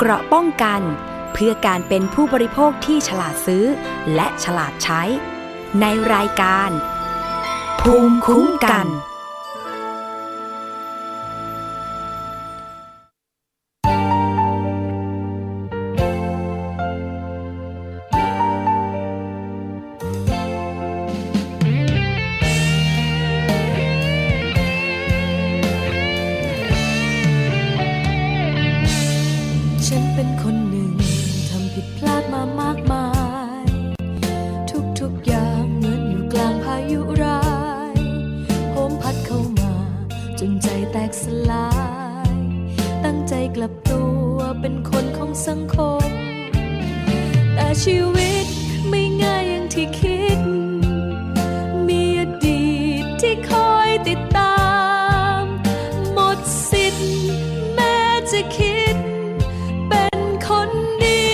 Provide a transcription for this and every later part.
เกราะป้องกันเพื่อการเป็นผู้บริโภคที่ฉลาดซื้อและฉลาดใช้ในรายการภูมิคุ้มกันชีวิตไม่ง่ายอย่างที่คิดมีอดีตที่คอยติดตามหมดสิทธิ์แม้จะคิดเป็นคนดี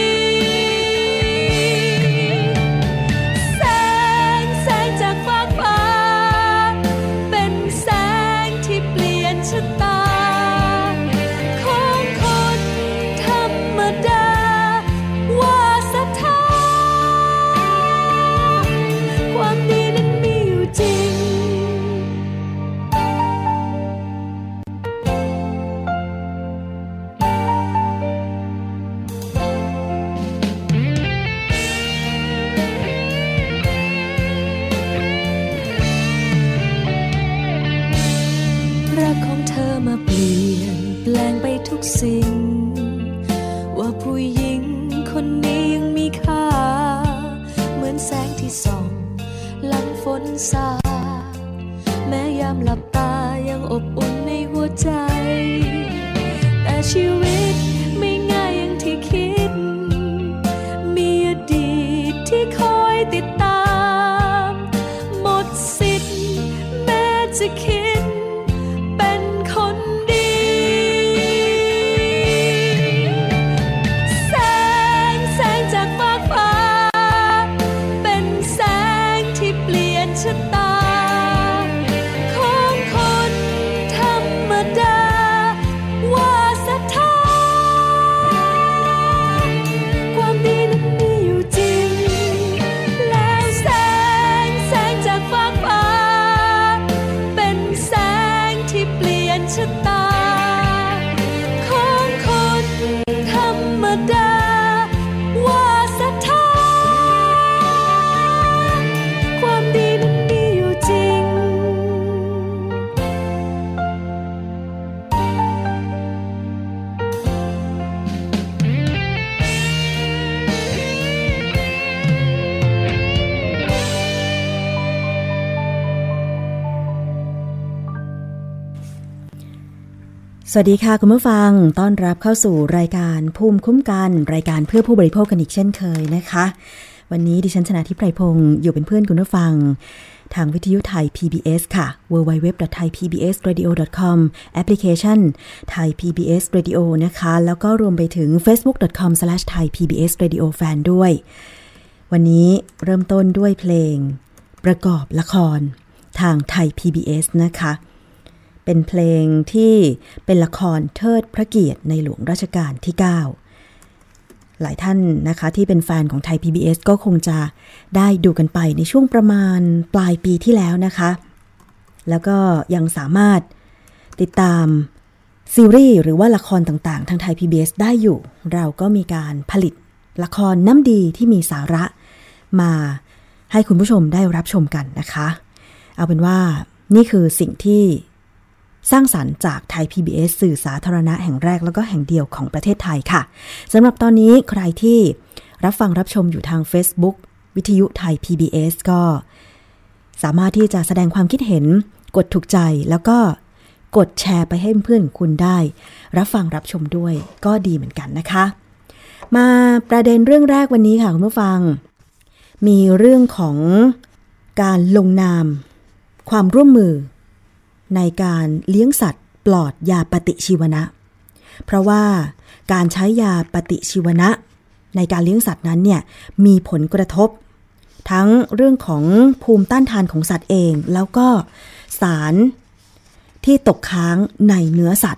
แสงจากฟากฟ้าเป็นแสงที่เปลี่ยนชะตาของคนธรรมดาความดีนั้นมีอยู่จริงรักของเธอมาเปลี่ยนแปลงไปทุกสิ่งว่าผู้หญิงคนนี้ยังมีค่าเหมือนแสงที่ส่องหลังฝนสาดแม้ยามหลับตายังอบอุ่นในหัวใจแต่ชีวิตไม่ง่ายอย่างที่คิดมีอดีตที่คอยติดตามหมดสิทธิ์แม้จะคิดเป็นคนดีแสงจากฟากฟ้าชะตาของคนธรรมดาวาสนาความดีนั้นมีอยู่จริงแล้วแสงจากฟากฟ้าเป็นแสงที่เปลี่ยนชะตาของคนธรรมดาวาสนาความดีสวัสดีค่ะคุณผู้ฟังต้อนรับเข้าสู่รายการภูมิคุ้มกันรายการเพื่อผู้บริโภคกันอีกเช่นเคยนะคะวันนี้ดิฉันชนาธิปไพพงศ์อยู่เป็นเพื่อนคุณผู้ฟังทางวิทยุไทย PBS ค่ะ www.thaipbsradio.com แอปพลิเคชัน Thai PBS Radio นะคะแล้วก็รวมไปถึง facebook.com/thaipbsradiofan ด้วยวันนี้เริ่มต้นด้วยเพลงประกอบละครทางไทย PBS นะคะเป็นเพลงที่เป็นละครเทิดพระเกียรติในหลวงรัชกาลที่ 9 หลายท่านนะคะที่เป็นแฟนของไทย PBS ก็คงจะได้ดูกันไปในช่วงประมาณปลายปีที่แล้วนะคะแล้วก็ยังสามารถติดตามซีรีส์หรือว่าละครต่างๆทางไทย PBS ได้อยู่เราก็มีการผลิตละครน้ำดีที่มีสาระมาให้คุณผู้ชมได้รับชมกันนะคะเอาเป็นว่านี่คือสิ่งที่สร้างสรรค์จากไทย PBS สื่อสาธารณะแห่งแรกแล้วก็แห่งเดียวของประเทศไทยค่ะสำหรับตอนนี้ใครที่รับฟังรับชมอยู่ทาง Facebook วิทยุไทย PBS ก็สามารถที่จะแสดงความคิดเห็นกดถูกใจแล้วก็กดแชร์ไปให้เพื่อนๆคุณได้รับฟังรับชมด้วยก็ดีเหมือนกันนะคะมาประเด็นเรื่องแรกวันนี้ค่ะคุณผู้ฟังมีเรื่องของการลงนามความร่วมมือในการเลี้ยงสัตว์ปลอดยาปฏิชีวนะเพราะว่าการใช้ยาปฏิชีวนะในการเลี้ยงสัตว์นั้นเนี่ยมีผลกระทบทั้งเรื่องของภูมิต้านทานของสัตว์เองแล้วก็สารที่ตกค้างในเนื้อสัตว์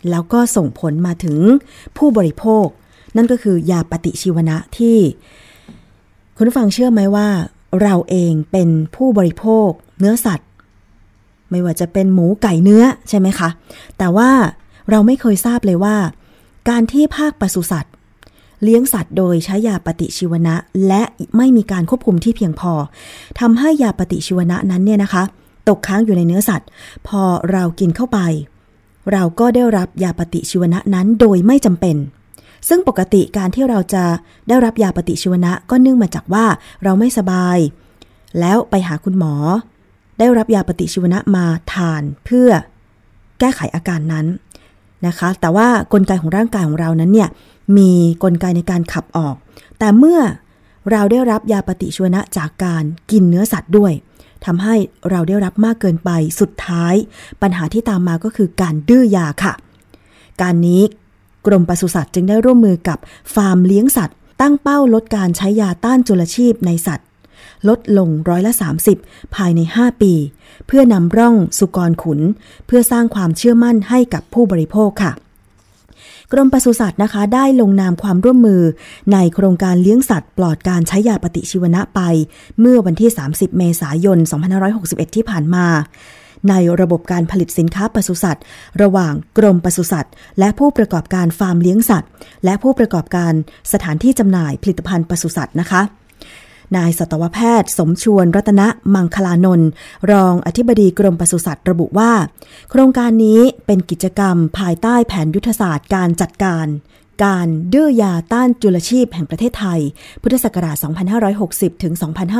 แล้วก็ส่งผลมาถึงผู้บริโภคนั่นก็คือยาปฏิชีวนะที่คุณผู้ฟังเชื่อไหมว่าเราเองเป็นผู้บริโภคเนื้อสัตว์ไม่ว่าจะเป็นหมูไก่เนื้อใช่ไหมคะแต่ว่าเราไม่เคยทราบเลยว่าการที่ภาคปศุสัตว์เลี้ยงสัตว์โดยใช้ยาปฏิชีวนะและไม่มีการควบคุมที่เพียงพอทำให้ยาปฏิชีวนะนั้นเนี่ยนะคะตกค้างอยู่ในเนื้อสัตว์พอเรากินเข้าไปเราก็ได้รับยาปฏิชีวนะนั้นโดยไม่จำเป็นซึ่งปกติการที่เราจะได้รับยาปฏิชีวนะก็เนื่องมาจากว่าเราไม่สบายแล้วไปหาคุณหมอได้รับยาปฏิชีวนะมาทานเพื่อแก้ไขอาการนั้นนะคะแต่ว่ากลไกของร่างกายของเรานั้นเนี่ยมีกลไกในการขับออกแต่เมื่อเราได้รับยาปฏิชีวนะจากการกินเนื้อสัตว์ด้วยทำให้เราได้รับมากเกินไปสุดท้ายปัญหาที่ตามมาก็คือการดื้อยาค่ะการนี้กรมปศุสัตว์จึงได้ร่วมมือกับฟาร์มเลี้ยงสัตว์ตั้งเป้าลดการใช้ยาต้านจุลชีพในสัตว์ลดลง30%ภายใน5ปีเพื่อนำร่องสุกรขุนเพื่อสร้างความเชื่อมั่นให้กับผู้บริโภคค่ะกรมปศุสัตว์นะคะได้ลงนามความร่วมมือในโครงการเลี้ยงสัตว์ปลอดการใช้ยาปฏิชีวนะไปเมื่อวันที่30เมษายน2561ที่ผ่านมาในระบบการผลิตสินค้าปศุสัตว์ระหว่างกรมปศุสัตว์และผู้ประกอบการฟาร์มเลี้ยงสัตว์และผู้ประกอบการสถานที่จำหน่ายผลิตภัณฑ์ปศุสัตว์นะคะนายสัตวแพทย์สมชวนรัตนมังคลานนท์รองอธิบดีกรมปศุสัตว์ระบุว่าโครงการนี้เป็นกิจกรรมภายใต้แผนยุทธศาสตร์การจัดการการดื้อยาต้านจุลชีพแห่งประเทศไทยพุทธศักราช2560ถึง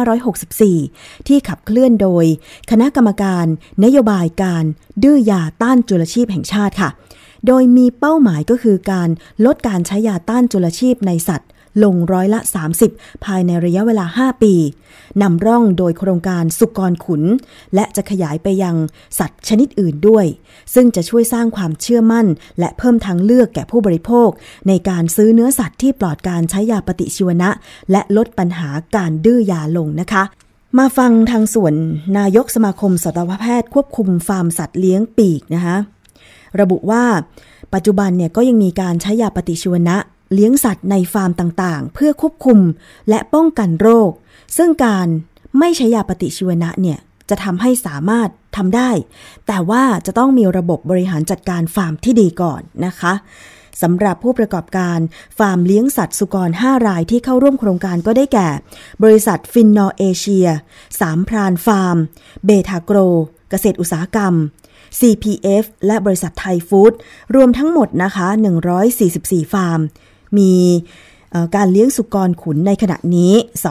2564ที่ขับเคลื่อนโดยคณะกรรมการนโยบายการดื้อยาต้านจุลชีพแห่งชาติค่ะโดยมีเป้าหมายก็คือการลดการใช้ยาต้านจุลชีพในสัตว์ลง30%ภายในระยะเวลา5ปีนำร่องโดยโครงการสุกรขุนและจะขยายไปยังสัตว์ชนิดอื่นด้วยซึ่งจะช่วยสร้างความเชื่อมั่นและเพิ่มทางเลือกแก่ผู้บริโภคในการซื้อเนื้อสัตว์ที่ปลอดการใช้ยาปฏิชีวนะและลดปัญหาการดื้อยาลงนะคะมาฟังทางส่วนนายกสมาคมสัตวแพทย์ควบคุมฟาร์มสัตว์เลี้ยงปีกนะคะระบุว่าปัจจุบันเนี่ยก็ยังมีการใช้ยาปฏิชีวนะเลี้ยงสัตว์ในฟาร์มต่างๆเพื่อควบคุมและป้องกันโรคซึ่งการไม่ใช้ยาปฏิชีวนะเนี่ยจะทำให้สามารถทำได้แต่ว่าจะต้องมีระบบบริหารจัดการฟาร์มที่ดีก่อนนะคะสำหรับผู้ประกอบการฟาร์มเลี้ยงสัตว์สุกร5รายที่เข้าร่วมโครงการก็ได้แก่บริษัทฟินนอร์เอเชียสามพรานฟาร์มเบทาโกรเกษตรอุตสาหกรรมCPF และบริษัทไทยฟู้ดรวมทั้งหมดนะคะ144ฟาร์มมีการเลี้ยงสุกรขุนในขณะนี้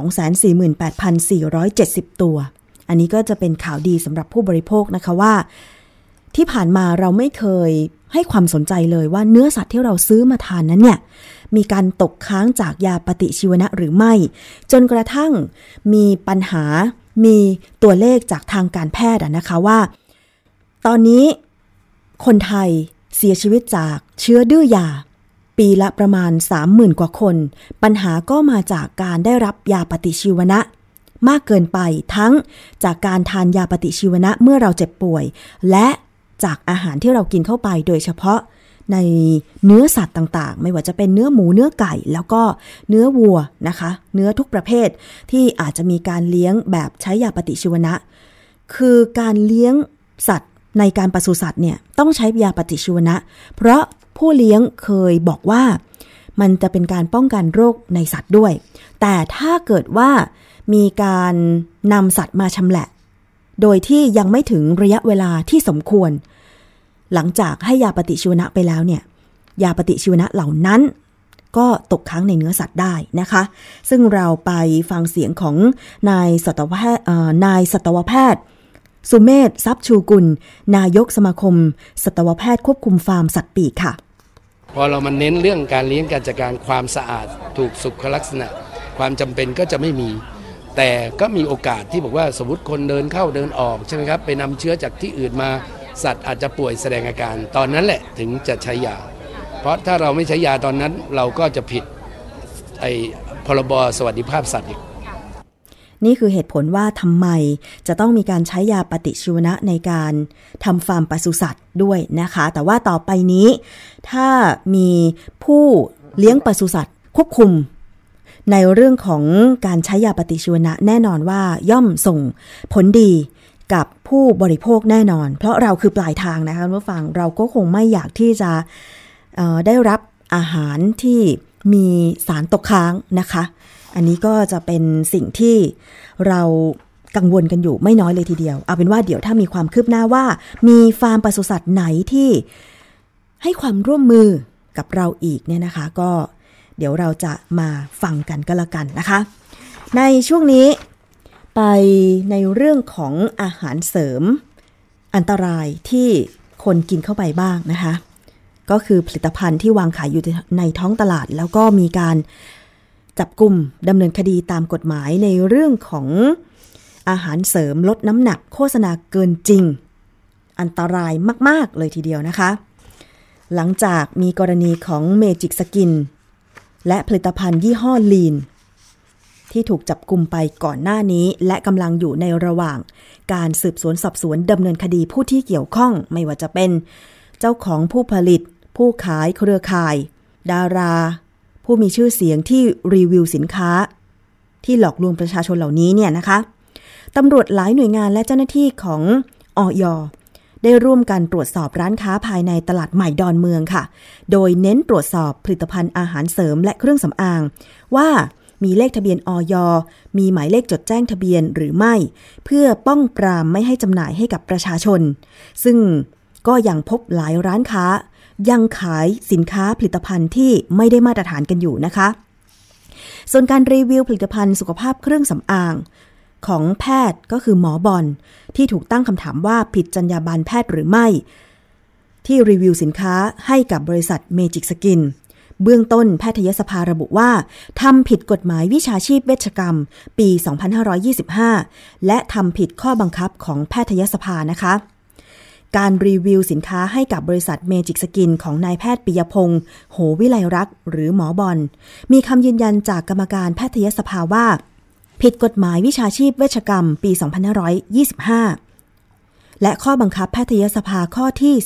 248,470 ตัวอันนี้ก็จะเป็นข่าวดีสำหรับผู้บริโภคนะคะว่าที่ผ่านมาเราไม่เคยให้ความสนใจเลยว่าเนื้อสัตว์ที่เราซื้อมาทานนั้นเนี่ยมีการตกค้างจากยาปฏิชีวนะหรือไม่จนกระทั่งมีปัญหามีตัวเลขจากทางการแพทย์นะคะว่าตอนนี้คนไทยเสียชีวิตจากเชื้อดื้อยาปีละประมาณ 30,000 กว่าคนปัญหาก็มาจากการได้รับยาปฏิชีวนะมากเกินไปทั้งจากการทานยาปฏิชีวนะเมื่อเราเจ็บป่วยและจากอาหารที่เรากินเข้าไปโดยเฉพาะในเนื้อสัตว์ต่างๆไม่ว่าจะเป็นเนื้อหมูเนื้อไก่แล้วก็เนื้อวัวนะคะเนื้อทุกประเภทที่อาจจะมีการเลี้ยงแบบใช้ยาปฏิชีวนะคือการเลี้ยงสัตว์ในการปศุสัตว์เนี่ยต้องใช้ยาปฏิชีวนะเพราะผู้เลี้ยงเคยบอกว่ามันจะเป็นการป้องกันโรคในสัตว์ด้วยแต่ถ้าเกิดว่ามีการนำสัตว์มาชำแหละโดยที่ยังไม่ถึงระยะเวลาที่สมควรหลังจากให้ยาปฏิชีวนะไปแล้วเนี่ยยาปฏิชีวนะเหล่านั้นก็ตกค้างในเนื้อสัตว์ได้นะคะซึ่งเราไปฟังเสียงของนายสัตวแพทย์สุเมธทรัพย์ชูกุลนายกสมาคมสัตวแพทย์ควบคุมฟาร์มสัตว์ปีกค่ะพอเรามาเน้นเรื่องการเลี้ยงการจัดการความสะอาดถูกสุขลักษณะความจำเป็นก็จะไม่มีแต่ก็มีโอกาสที่บอกว่าสมมติคนเดินเข้าเดินออกใช่ไหมครับไปนำเชื้อจากที่อื่นมาสัตว์อาจจะป่วยแสดงอาการตอนนั้นแหละถึงจะใช้ยาเพราะถ้าเราไม่ใช้ยาตอนนั้นเราก็จะผิดพรบสวัสดิภาพสัตว์อีกนี่คือเหตุผลว่าทำไมจะต้องมีการใช้ยาปฏิชีวนะในการทำฟาร์มปศุสัตว์ด้วยนะคะแต่ว่าต่อไปนี้ถ้ามีผู้เลี้ยงปศุสัตว์ควบคุมในเรื่องของการใช้ยาปฏิชีวนะแน่นอนว่าย่อมส่งผลดีกับผู้บริโภคแน่นอนเพราะเราคือปลายทางนะคะคุณผู้ฟังเราก็คงไม่อยากที่จะได้รับอาหารที่มีสารตกค้างนะคะอันนี้ก็จะเป็นสิ่งที่เรากังวลกันอยู่ไม่น้อยเลยทีเดียวเอาเป็นว่าเดี๋ยวถ้ามีความคืบหน้าว่ามีฟาร์มปศุสัตว์ไหนที่ให้ความร่วมมือกับเราอีกเนี่ยนะคะก็เดี๋ยวเราจะมาฟังกันก็แล้วกันนะคะในช่วงนี้ไปในเรื่องของอาหารเสริมอันตรายที่คนกินเข้าไปบ้างนะคะก็คือผลิตภัณฑ์ที่วางขายอยู่ในท้องตลาดแล้วก็มีการจับกุมดำเนินคดีตามกฎหมายในเรื่องของอาหารเสริมลดน้ำหนักโฆษณาเกินจริงอันตรายมากๆเลยทีเดียวนะคะหลังจากมีกรณีของเมจิกสกินและผลิตภัณฑ์ยี่ห้อลีนที่ถูกจับกุมไปก่อนหน้านี้และกำลังอยู่ในระหว่างการสืบสวนสอบสวนดำเนินคดีผู้ที่เกี่ยวข้องไม่ว่าจะเป็นเจ้าของผู้ผลิตผู้ขายเครือข่ายดาราผู้มีชื่อเสียงที่รีวิวสินค้าที่หลอกลวงประชาชนเหล่านี้เนี่ยนะคะตำรวจหลายหน่วยงานและเจ้าหน้าที่ของอย.ได้ร่วมกันตรวจสอบร้านค้าภายในตลาดใหม่ดอนเมืองค่ะโดยเน้นตรวจสอบผลิตภัณฑ์อาหารเสริมและเครื่องสำอางว่ามีเลขทะเบียนอย.มีหมายเลขจดแจ้งทะเบียนหรือไม่เพื่อป้องปรามไม่ให้จำหน่ายให้กับประชาชนซึ่งก็ยังพบหลายร้านค้ายังขายสินค้าผลิตภัณฑ์ที่ไม่ได้มาตรฐานกันอยู่นะคะส่วนการรีวิวผลิตภัณฑ์สุขภาพเครื่องสำอางของแพทย์ก็คือหมอบอลที่ถูกตั้งคำถามว่าผิดจรรยาบรรณแพทย์หรือไม่ที่รีวิวสินค้าให้กับบริษัทเมจิกสกินเบื้องต้นแพทยสภาระบุว่าทำผิดกฎหมายวิชาชีพเวชกรรมปี 2525 และทำผิดข้อบังคับของแพทยสภานะคะการรีวิวสินค้าให้กับบริษัทเมจิกสกินของนายแพทย์ปิยพงษ์โหวิไลรักษ์หรือหมอบอลมีคำยืนยันจากกรรมการแพทยสภาว่าผิดกฎหมายวิชาชีพเวชกรรมปี 2525 และข้อบังคับแพทยสภาข้อที่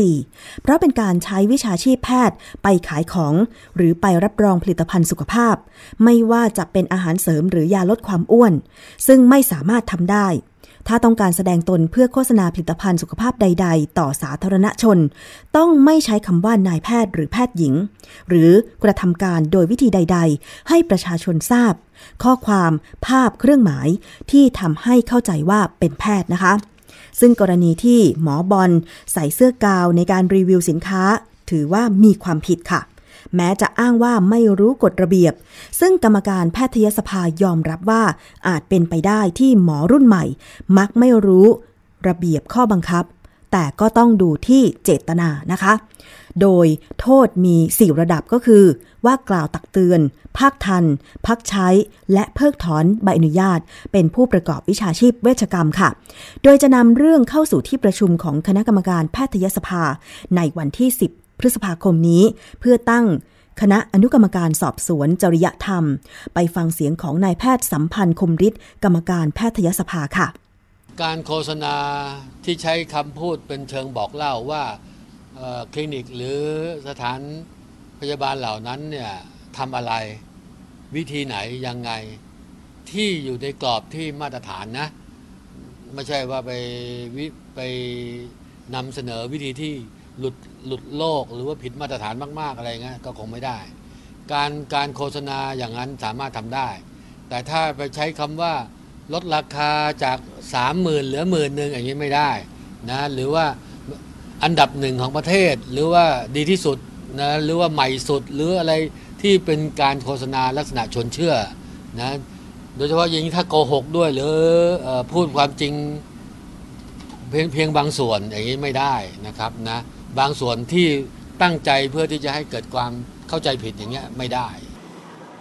44 เพราะเป็นการใช้วิชาชีพแพทย์ไปขายของหรือไปรับรองผลิตภัณฑ์สุขภาพไม่ว่าจะเป็นอาหารเสริมหรือยาลดความอ้วนซึ่งไม่สามารถทำได้ถ้าต้องการแสดงตนเพื่อโฆษณาผลิตภัณฑ์สุขภาพใดๆต่อสาธารณชนต้องไม่ใช้คำว่านายแพทย์หรือแพทย์หญิงหรือกระทำการโดยวิธีใดๆให้ประชาชนทราบข้อความภาพเครื่องหมายที่ทำให้เข้าใจว่าเป็นแพทย์นะคะซึ่งกรณีที่หมอบอลใส่เสื้อกาวในการรีวิวสินค้าถือว่ามีความผิดค่ะแม้จะอ้างว่าไม่รู้กฎระเบียบซึ่งกรรมการแพทยสภายอมรับว่าอาจเป็นไปได้ที่หมอรุ่นใหม่มักไม่รู้ระเบียบข้อบังคับแต่ก็ต้องดูที่เจตนานะคะโดยโทษมี4ระดับก็คือว่ากล่าวตักเตือนภาคทันพักใช้และเพิกถอนใบอนุญาตเป็นผู้ประกอบวิชาชีพเวชกรรมค่ะโดยจะนำเรื่องเข้าสู่ที่ประชุมของคณะกรรมการแพทยสภาในวันที่10พฤษภาคมนี้เพื่อตั้งคณะอนุกรรมการสอบสวนจริยธรรมไปฟังเสียงของนายแพทย์สัมพันธ์คมฤทธิ์กรรมการแพทยสภาค่ะการโฆษณาที่ใช้คำพูดเป็นเชิงบอกเล่าว่าคลินิกหรือสถานพยาบาลเหล่านั้นเนี่ยทำอะไรวิธีไหนยังไงที่อยู่ในกรอบที่มาตรฐานนะไม่ใช่ว่าไปนำเสนอวิธีที่หลุดโลกหรือว่าผิดมาตรฐานมากๆอะไรเงี้ยก็คงไม่ได้การโฆษณาอย่างนั้นสามารถทำได้แต่ถ้าไปใช้คำว่าลดราคาจาก 30,000 เหลือ 10,000 อย่างนี้ไม่ได้นะหรือว่าอันดับหนึ่งของประเทศหรือว่าดีที่สุดนะหรือว่าใหม่สุดหรืออะไรที่เป็นการโฆษณาลักษณะชวนเชื่อนะโดยเฉพาะอย่างนี้ถ้าโกหกด้วยหรือพูดความจริงเพียงบางส่วนอย่างนี้ไม่ได้นะครับนะบางส่วนที่ตั้งใจเพื่อที่จะให้เกิดความเข้าใจผิดอย่างเงี้ยไม่ได้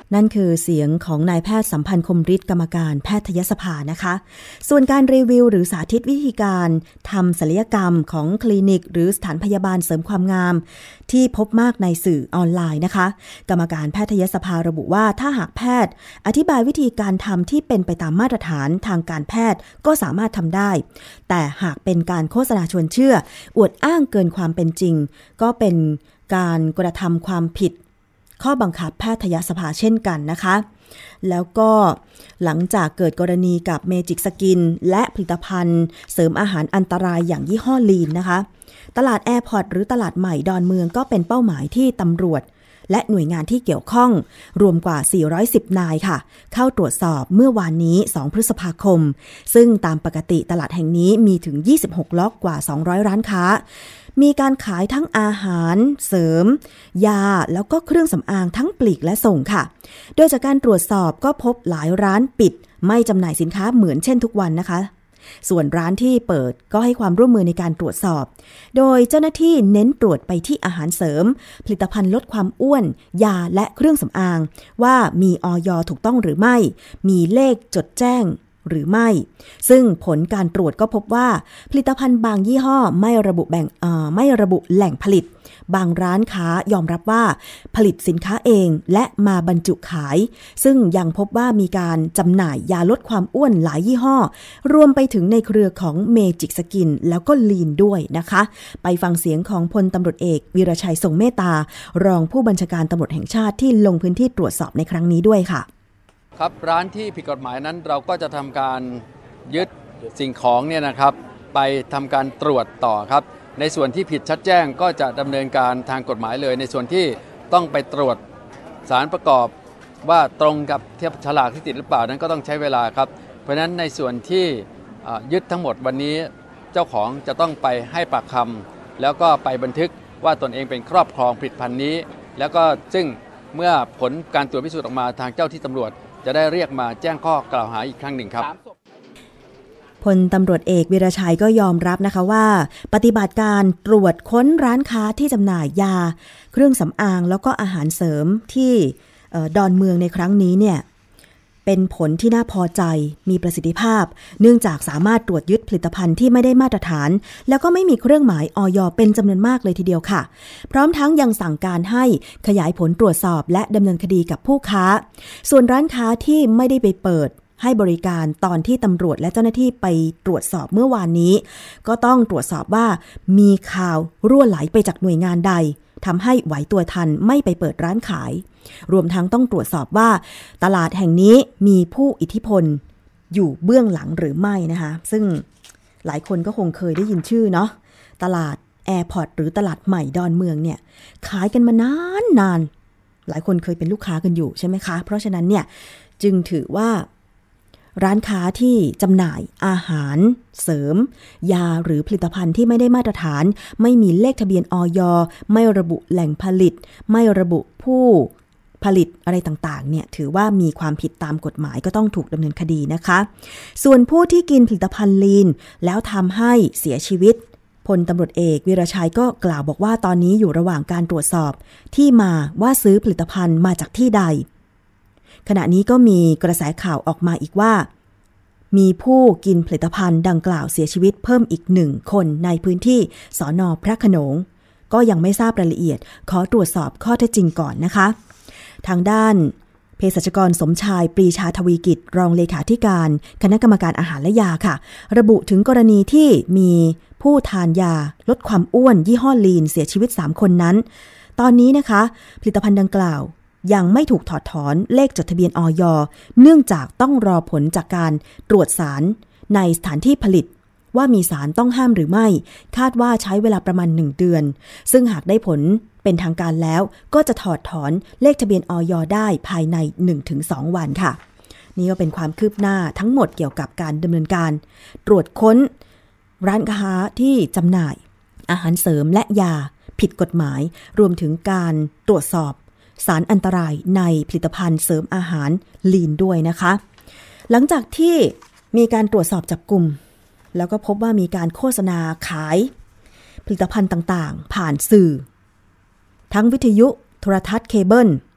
นั่นคือเสียงของนายแพทย์สัมพันธ์คมฤทธิ์กรรมการแพทยสภานะคะส่วนการรีวิวหรือสาธิตวิธีการทำศัลยกรรมของคลินิกหรือสถานพยาบาลเสริมความงามที่พบมากในสื่อออนไลน์นะคะกรรมการแพทยสภาระบุว่าถ้าหากแพทย์อธิบายวิธีการทำที่เป็นไปตามมาตรฐานทางการแพทย์ก็สามารถทำได้แต่หากเป็นการโฆษณาชวนเชื่ออวดอ้างเกินความเป็นจริงก็เป็นการกระทำความผิดข้อบังคับแพทยสภาเช่นกันนะคะแล้วก็หลังจากเกิดกรณีกับเมจิกสกินและผลิตภัณฑ์เสริมอาหารอันตรายอย่างยี่ห้อลีนนะคะตลาดแอร์พอร์ตหรือตลาดใหม่ดอนเมืองก็เป็นเป้าหมายที่ตำรวจและหน่วยงานที่เกี่ยวข้องรวมกว่า410นายค่ะเข้าตรวจสอบเมื่อวานนี้2พฤษภาคมซึ่งตามปกติตลาดแห่งนี้มีถึง26ล็อกกว่า200ร้านค้ามีการขายทั้งอาหารเสริมยาแล้วก็เครื่องสำอางทั้งปลีกและส่งค่ะโดยจากการตรวจสอบก็พบหลายร้านปิดไม่จำหน่ายสินค้าเหมือนเช่นทุกวันนะคะส่วนร้านที่เปิดก็ให้ความร่วมมือในการตรวจสอบโดยเจ้าหน้าที่เน้นตรวจไปที่อาหารเสริมผลิตภัณฑ์ลดความอ้วนยาและเครื่องสำอางว่ามีอย.ถูกต้องหรือไม่มีเลขจดแจ้งหรือไม่ซึ่งผลการตรวจก็พบว่าผลิตภัณฑ์บางยี่ห้อไม่ระบุแหล่งผลิตบางร้านค้ายอมรับว่าผลิตสินค้าเองและมาบรรจุขายซึ่งยังพบว่ามีการจำหน่ายยาลดความอ้วนหลายยี่ห้อรวมไปถึงในเครือของเมจิกสกินแล้วก็ลีนด้วยนะคะไปฟังเสียงของพลตำรวจเอกวีรชัยทรงเมตตารองผู้บัญชาการตำรวจแห่งชาติที่ลงพื้นที่ตรวจสอบในครั้งนี้ด้วยค่ะครับร้านที่ผิดกฎหมายนั้นเราก็จะทำการยึดสิ่งของเนี่ยนะครับไปทำการตรวจต่อครับในส่วนที่ผิดชัดแจ้งก็จะดำเนินการทางกฎหมายเลยในส่วนที่ต้องไปตรวจสารประกอบว่าตรงกับเทียบฉลากที่ติดหรือเปล่านั้นก็ต้องใช้เวลาครับเพราะฉะนั้นในส่วนที่ยึดทั้งหมดวันนี้เจ้าของจะต้องไปให้ปากคำแล้วก็ไปบันทึกว่าตนเองเป็นครอบครองผลิตภัณฑ์นี้แล้วก็ซึ่งเมื่อผลการตรวจพิสูจน์ออกมาทางเจ้าที่ตำรวจจะได้เรียกมาแจ้งข้อกล่าวหาอีกครั้งหนึ่งครับพลตำรวจเอกวีรชัยก็ยอมรับนะคะว่าปฏิบัติการตรวจค้นร้านค้าที่จำหน่ายยาเครื่องสำอางแล้วก็อาหารเสริมที่ดอนเมืองในครั้งนี้เนี่ยเป็นผลที่น่าพอใจมีประสิทธิภาพเนื่องจากสามารถตรวจยึดผลิตภัณฑ์ที่ไม่ได้มาตรฐานแล้วก็ไม่มีเครื่องหมายอย.เป็นจำนวนมากเลยทีเดียวค่ะพร้อมทั้งยังสั่งการให้ขยายผลตรวจสอบและดำเนินคดีกับผู้ค้าส่วนร้านค้าที่ไม่ได้ไปเปิดให้บริการตอนที่ตำรวจและเจ้าหน้าที่ไปตรวจสอบเมื่อวานนี้ก็ต้องตรวจสอบว่ามีข่าวรั่วไหลไปจากหน่วยงานใดทำให้ไหวตัวทันไม่ไปเปิดร้านขายรวมทั้งต้องตรวจสอบว่าตลาดแห่งนี้มีผู้อิทธิพลอยู่เบื้องหลังหรือไม่นะคะซึ่งหลายคนก็คงเคยได้ยินชื่อเนาะตลาดแอร์พอร์ตหรือตลาดใหม่ดอนเมืองเนี่ยขายกันมานานหลายคนเคยเป็นลูกค้ากันอยู่ใช่ไหมคะเพราะฉะนั้นเนี่ยจึงถือว่าร้านค้าที่จำหน่ายอาหารเสริมยาหรือผลิตภัณฑ์ที่ไม่ได้มาตรฐานไม่มีเลขทะเบียนอย.ไม่ระบุแหล่งผลิตไม่ระบุผู้ผลิตอะไรต่างๆเนี่ยถือว่ามีความผิดตามกฎหมายก็ต้องถูกดำเนินคดีนะคะส่วนผู้ที่กินผลิตภัณฑ์ลีนแล้วทำให้เสียชีวิตพลตำรวจเอกวีรชัยก็กล่าวบอกว่าตอนนี้อยู่ระหว่างการตรวจสอบที่มาว่าซื้อผลิตภัณฑ์มาจากที่ใดขณะนี้ก็มีกระแสข่าวออกมาอีกว่ามีผู้กินผลิตภัณฑ์ดังกล่าวเสียชีวิตเพิ่มอีก1 คนในพื้นที่สน.พระโขนงก็ยังไม่ทราบรายละเอียดขอตรวจสอบข้อเท็จจริงก่อนนะคะทางด้านเภสัชกรสมชายปรีชาทวีกิจรองเลขาธิการคณะกรรมการอาหารและยาค่ะระบุถึงกรณีที่มีผู้ทานยาลดความอ้วนยี่ห้อลีนเสียชีวิต3 คนนั้นตอนนี้นะคะผลิตภัณฑ์ดังกล่าวยังไม่ถูกถอดถอนเลขจดทะเบียนอย.เนื่องจากต้องรอผลจากการตรวจสารในสถานที่ผลิตว่ามีสารต้องห้ามหรือไม่คาดว่าใช้เวลาประมาณ1 เดือนซึ่งหากได้ผลเป็นทางการแล้วก็จะถอดถอนเลขทะเบียนอย.ได้ภายใน 1-2 วันค่ะนี่ก็เป็นความคืบหน้าทั้งหมดเกี่ยวกับการดำเนินการตรวจค้นร้านค้าที่จำหน่ายอาหารเสริมและยาผิดกฎหมายรวมถึงการตรวจสอบสารอันตรายในผลิตภัณฑ์เสริมอาหารลีนด้วยนะคะหลังจากที่มีการตรวจสอบจับกุมแล้วก็พบว่ามีการโฆษณาขายผลิตภัณฑ์ต่างๆผ่านสื่อทั้งวิทยุโทรทัศน์เคเบิล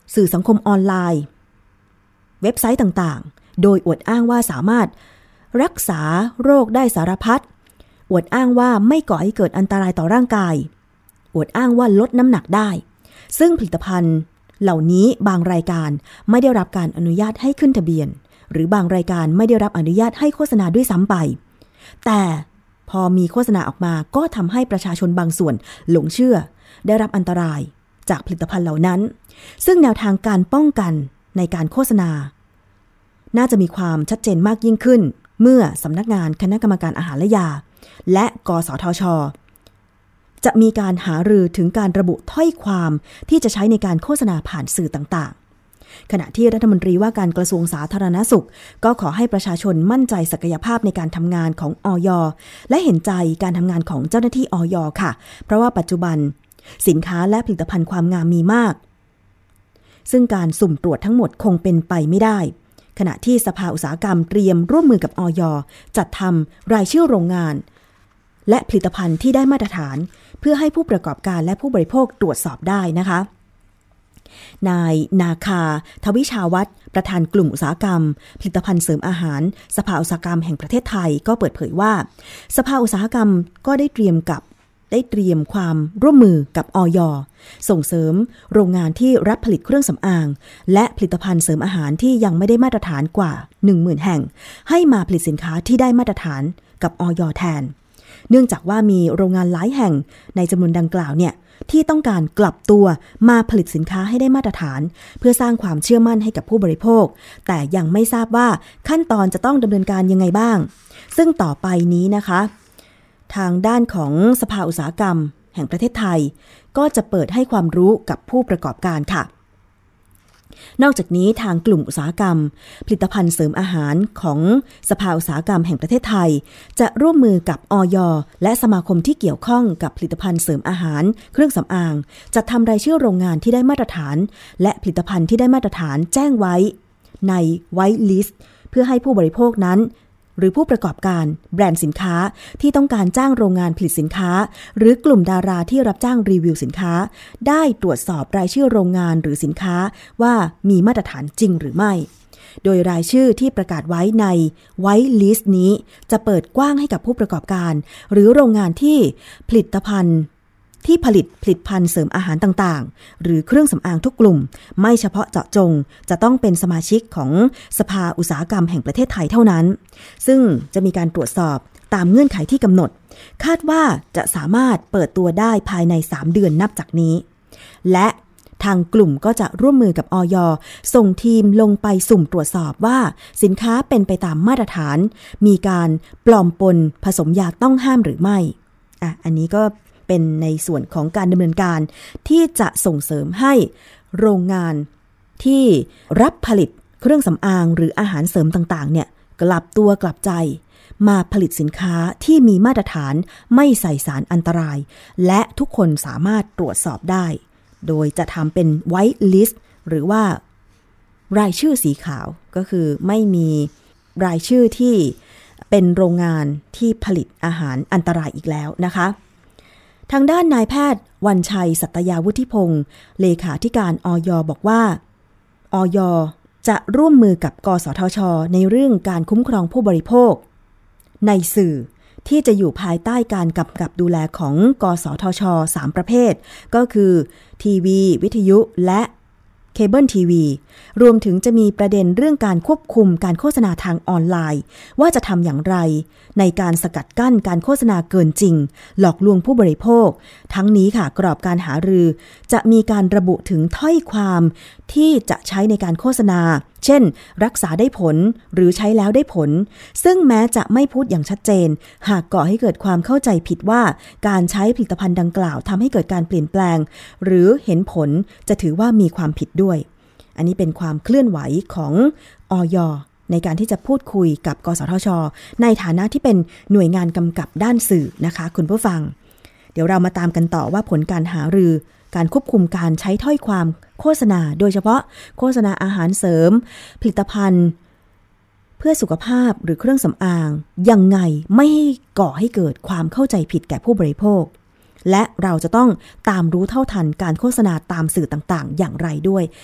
สื่อสังคมออนไลน์เว็บไซต์ต่างๆโดยอวดอ้างว่าสามารถรักษาโรคได้สารพัดอวดอ้างว่าไม่ก่อให้เกิดอันตรายต่อร่างกายอวดอ้างว่าลดน้ำหนักได้ซึ่งผลิตภัณฑ์เหล่านี้บางรายการไม่ได้รับการอนุญาตให้ขึ้นทะเบียนหรือบางรายการไม่ได้รับอนุญาตให้โฆษณาด้วยซ้ำไปแต่พอมีโฆษณาออกมาก็ทำให้ประชาชนบางส่วนหลงเชื่อได้รับอันตรายจากผลิตภัณฑ์เหล่านั้นซึ่งแนวทางการป้องกันในการโฆษณาน่าจะมีความชัดเจนมากยิ่งขึ้นเมื่อสำนักงานคณะกรรมการอาหารและยาและกสทช.จะมีการหารือถึงการระบุถ้อยความที่จะใช้ในการโฆษณาผ่านสื่อต่างๆขณะที่รัฐมนตรีว่าการกระทรวงสาธารณสุขก็ขอให้ประชาชนมั่นใจศักยภาพในการทำงานของอย.และเห็นใจการทำงานของเจ้าหน้าที่อย.ค่ะเพราะว่าปัจจุบันสินค้าและผลิตภัณฑ์ความงามมีมากซึ่งการสุ่มตรวจทั้งหมดคงเป็นไปไม่ได้ขณะที่สภาอุตสาหกรรมเตรียมร่วมมือกับอย.จัดทำรายชื่อโรงงานและผลิตภัณฑ์ที่ได้มาตรฐานเพื่อให้ผู้ประกอบการและผู้บริโภคตรวจสอบได้นะคะนายนาคาทวิชาวัฒน์ประธานกลุ่มอุตสาหกรรมผลิตภัณฑ์เสริมอาหารสภาอุตสาหกรรมแห่งประเทศไทยก็เปิดเผยว่าสภาอุตสาหกรรมก็ได้เตรียมความร่วมมือกับอย.ส่งเสริมโรงงานที่รับผลิตเครื่องสำอางและผลิตภัณฑ์เสริมอาหารที่ยังไม่ได้มาตรฐานกว่า 10,000 แห่งให้มาผลิตสินค้าที่ได้มาตรฐานกับอย.แทนเนื่องจากว่ามีโรงงานหลายแห่งในจำนวนดังกล่าวเนี่ยที่ต้องการกลับตัวมาผลิตสินค้าให้ได้มาตรฐานเพื่อสร้างความเชื่อมั่นให้กับผู้บริโภคแต่ยังไม่ทราบว่าขั้นตอนจะต้องดำเนินการยังไงบ้างซึ่งต่อไปนี้นะคะทางด้านของสภาอุตสาหกรรมแห่งประเทศไทยก็จะเปิดให้ความรู้กับผู้ประกอบการค่ะนอกจากนี้ทางกลุ่มอุตสาหกรรมผลิตภัณฑ์เสริมอาหารของสภาอุตสาหกรรมแห่งประเทศไทยจะร่วมมือกับอย.และสมาคมที่เกี่ยวข้องกับผลิตภัณฑ์เสริมอาหารเครื่องสำอางจัดทำรายชื่อโรงงานที่ได้มาตรฐานและผลิตภัณฑ์ที่ได้มาตรฐานแจ้งไว้ใน White List เพื่อให้ผู้บริโภคนั้นหรือผู้ประกอบการแบรนด์สินค้าที่ต้องการจ้างโรงงานผลิตสินค้าหรือกลุ่มดาราที่รับจ้างรีวิวสินค้าได้ตรวจสอบรายชื่อโรงงานหรือสินค้าว่ามีมาตรฐานจริงหรือไม่โดยรายชื่อที่ประกาศไว้ใน White List นี้จะเปิดกว้างให้กับผู้ประกอบการหรือโรงงานที่ผลิตภัณฑ์เสริมอาหารต่างๆหรือเครื่องสำอางทุกกลุ่มไม่เฉพาะเจาะจงจะต้องเป็นสมาชิกของสภาอุตสาหกรรมแห่งประเทศไทยเท่านั้นซึ่งจะมีการตรวจสอบตามเงื่อนไขที่กำหนดคาดว่าจะสามารถเปิดตัวได้ภายใน3 เดือนนับจากนี้และทางกลุ่มก็จะร่วมมือกับอย.ส่งทีมลงไปสุ่มตรวจสอบว่าสินค้าเป็นไปตามมาตรฐานมีการปลอมปนผสมยาต้องห้ามหรือไม่อันนี้ก็เป็นในส่วนของการดำเนินการที่จะส่งเสริมให้โรงงานที่รับผลิตเครื่องสำอางหรืออาหารเสริมต่างๆเนี่ยกลับตัวกลับใจมาผลิตสินค้าที่มีมาตรฐานไม่ใส่สารอันตรายและทุกคนสามารถตรวจสอบได้โดยจะทำเป็น White List หรือว่ารายชื่อสีขาวก็คือไม่มีรายชื่อที่เป็นโรงงานที่ผลิตอาหารอันตรายอีกแล้วนะคะทางด้านนายแพทย์วรรณชัยสัตยาวุฒิพงศ์เลขาธิการอย.บอกว่าอย.จะร่วมมือกับกสทช.ในเรื่องการคุ้มครองผู้บริโภคในสื่อที่จะอยู่ภายใต้การกำกับดูแลของกสทช. 3 ประเภทก็คือทีวีวิทยุและเคเบิลทีวีรวมถึงจะมีประเด็นเรื่องการควบคุมการโฆษณาทางออนไลน์ว่าจะทำอย่างไรในการสกัดกั้นการโฆษณาเกินจริงหลอกลวงผู้บริโภคทั้งนี้ค่ะกรอบการหารือจะมีการระบุถึงถ้อยความที่จะใช้ในการโฆษณาเช่นรักษาได้ผลหรือใช้แล้วได้ผลซึ่งแม้จะไม่พูดอย่างชัดเจนหากก่อให้เกิดความเข้าใจผิดว่าการใช้ผลิตภัณฑ์ดังกล่าวทำให้เกิดการเปลี่ยนแปลงหรือเห็นผลจะถือว่ามีความผิดด้วยอันนี้เป็นความเคลื่อนไหวของอย.ในการที่จะพูดคุยกับกสทช.ในฐานะที่เป็นหน่วยงานกำกับด้านสื่อนะคะคุณผู้ฟังเดี๋ยวเรามาตามกันต่อว่าผลการหารือการควบคุมการใช้ถ้อยความโฆษณาโดยเฉพาะโฆษณาอาหารเสริมผลิตภัณฑ์เพื่อสุขภาพหรือเครื่องสำอางยังไงไม่ให้ก่อให้เกิดความเข้าใจผิดแก่ผู้บริโภคและเราจะต้องตามรู้เท่าทันการโฆษณาตามสื่อต่างๆอย่างไรด้วย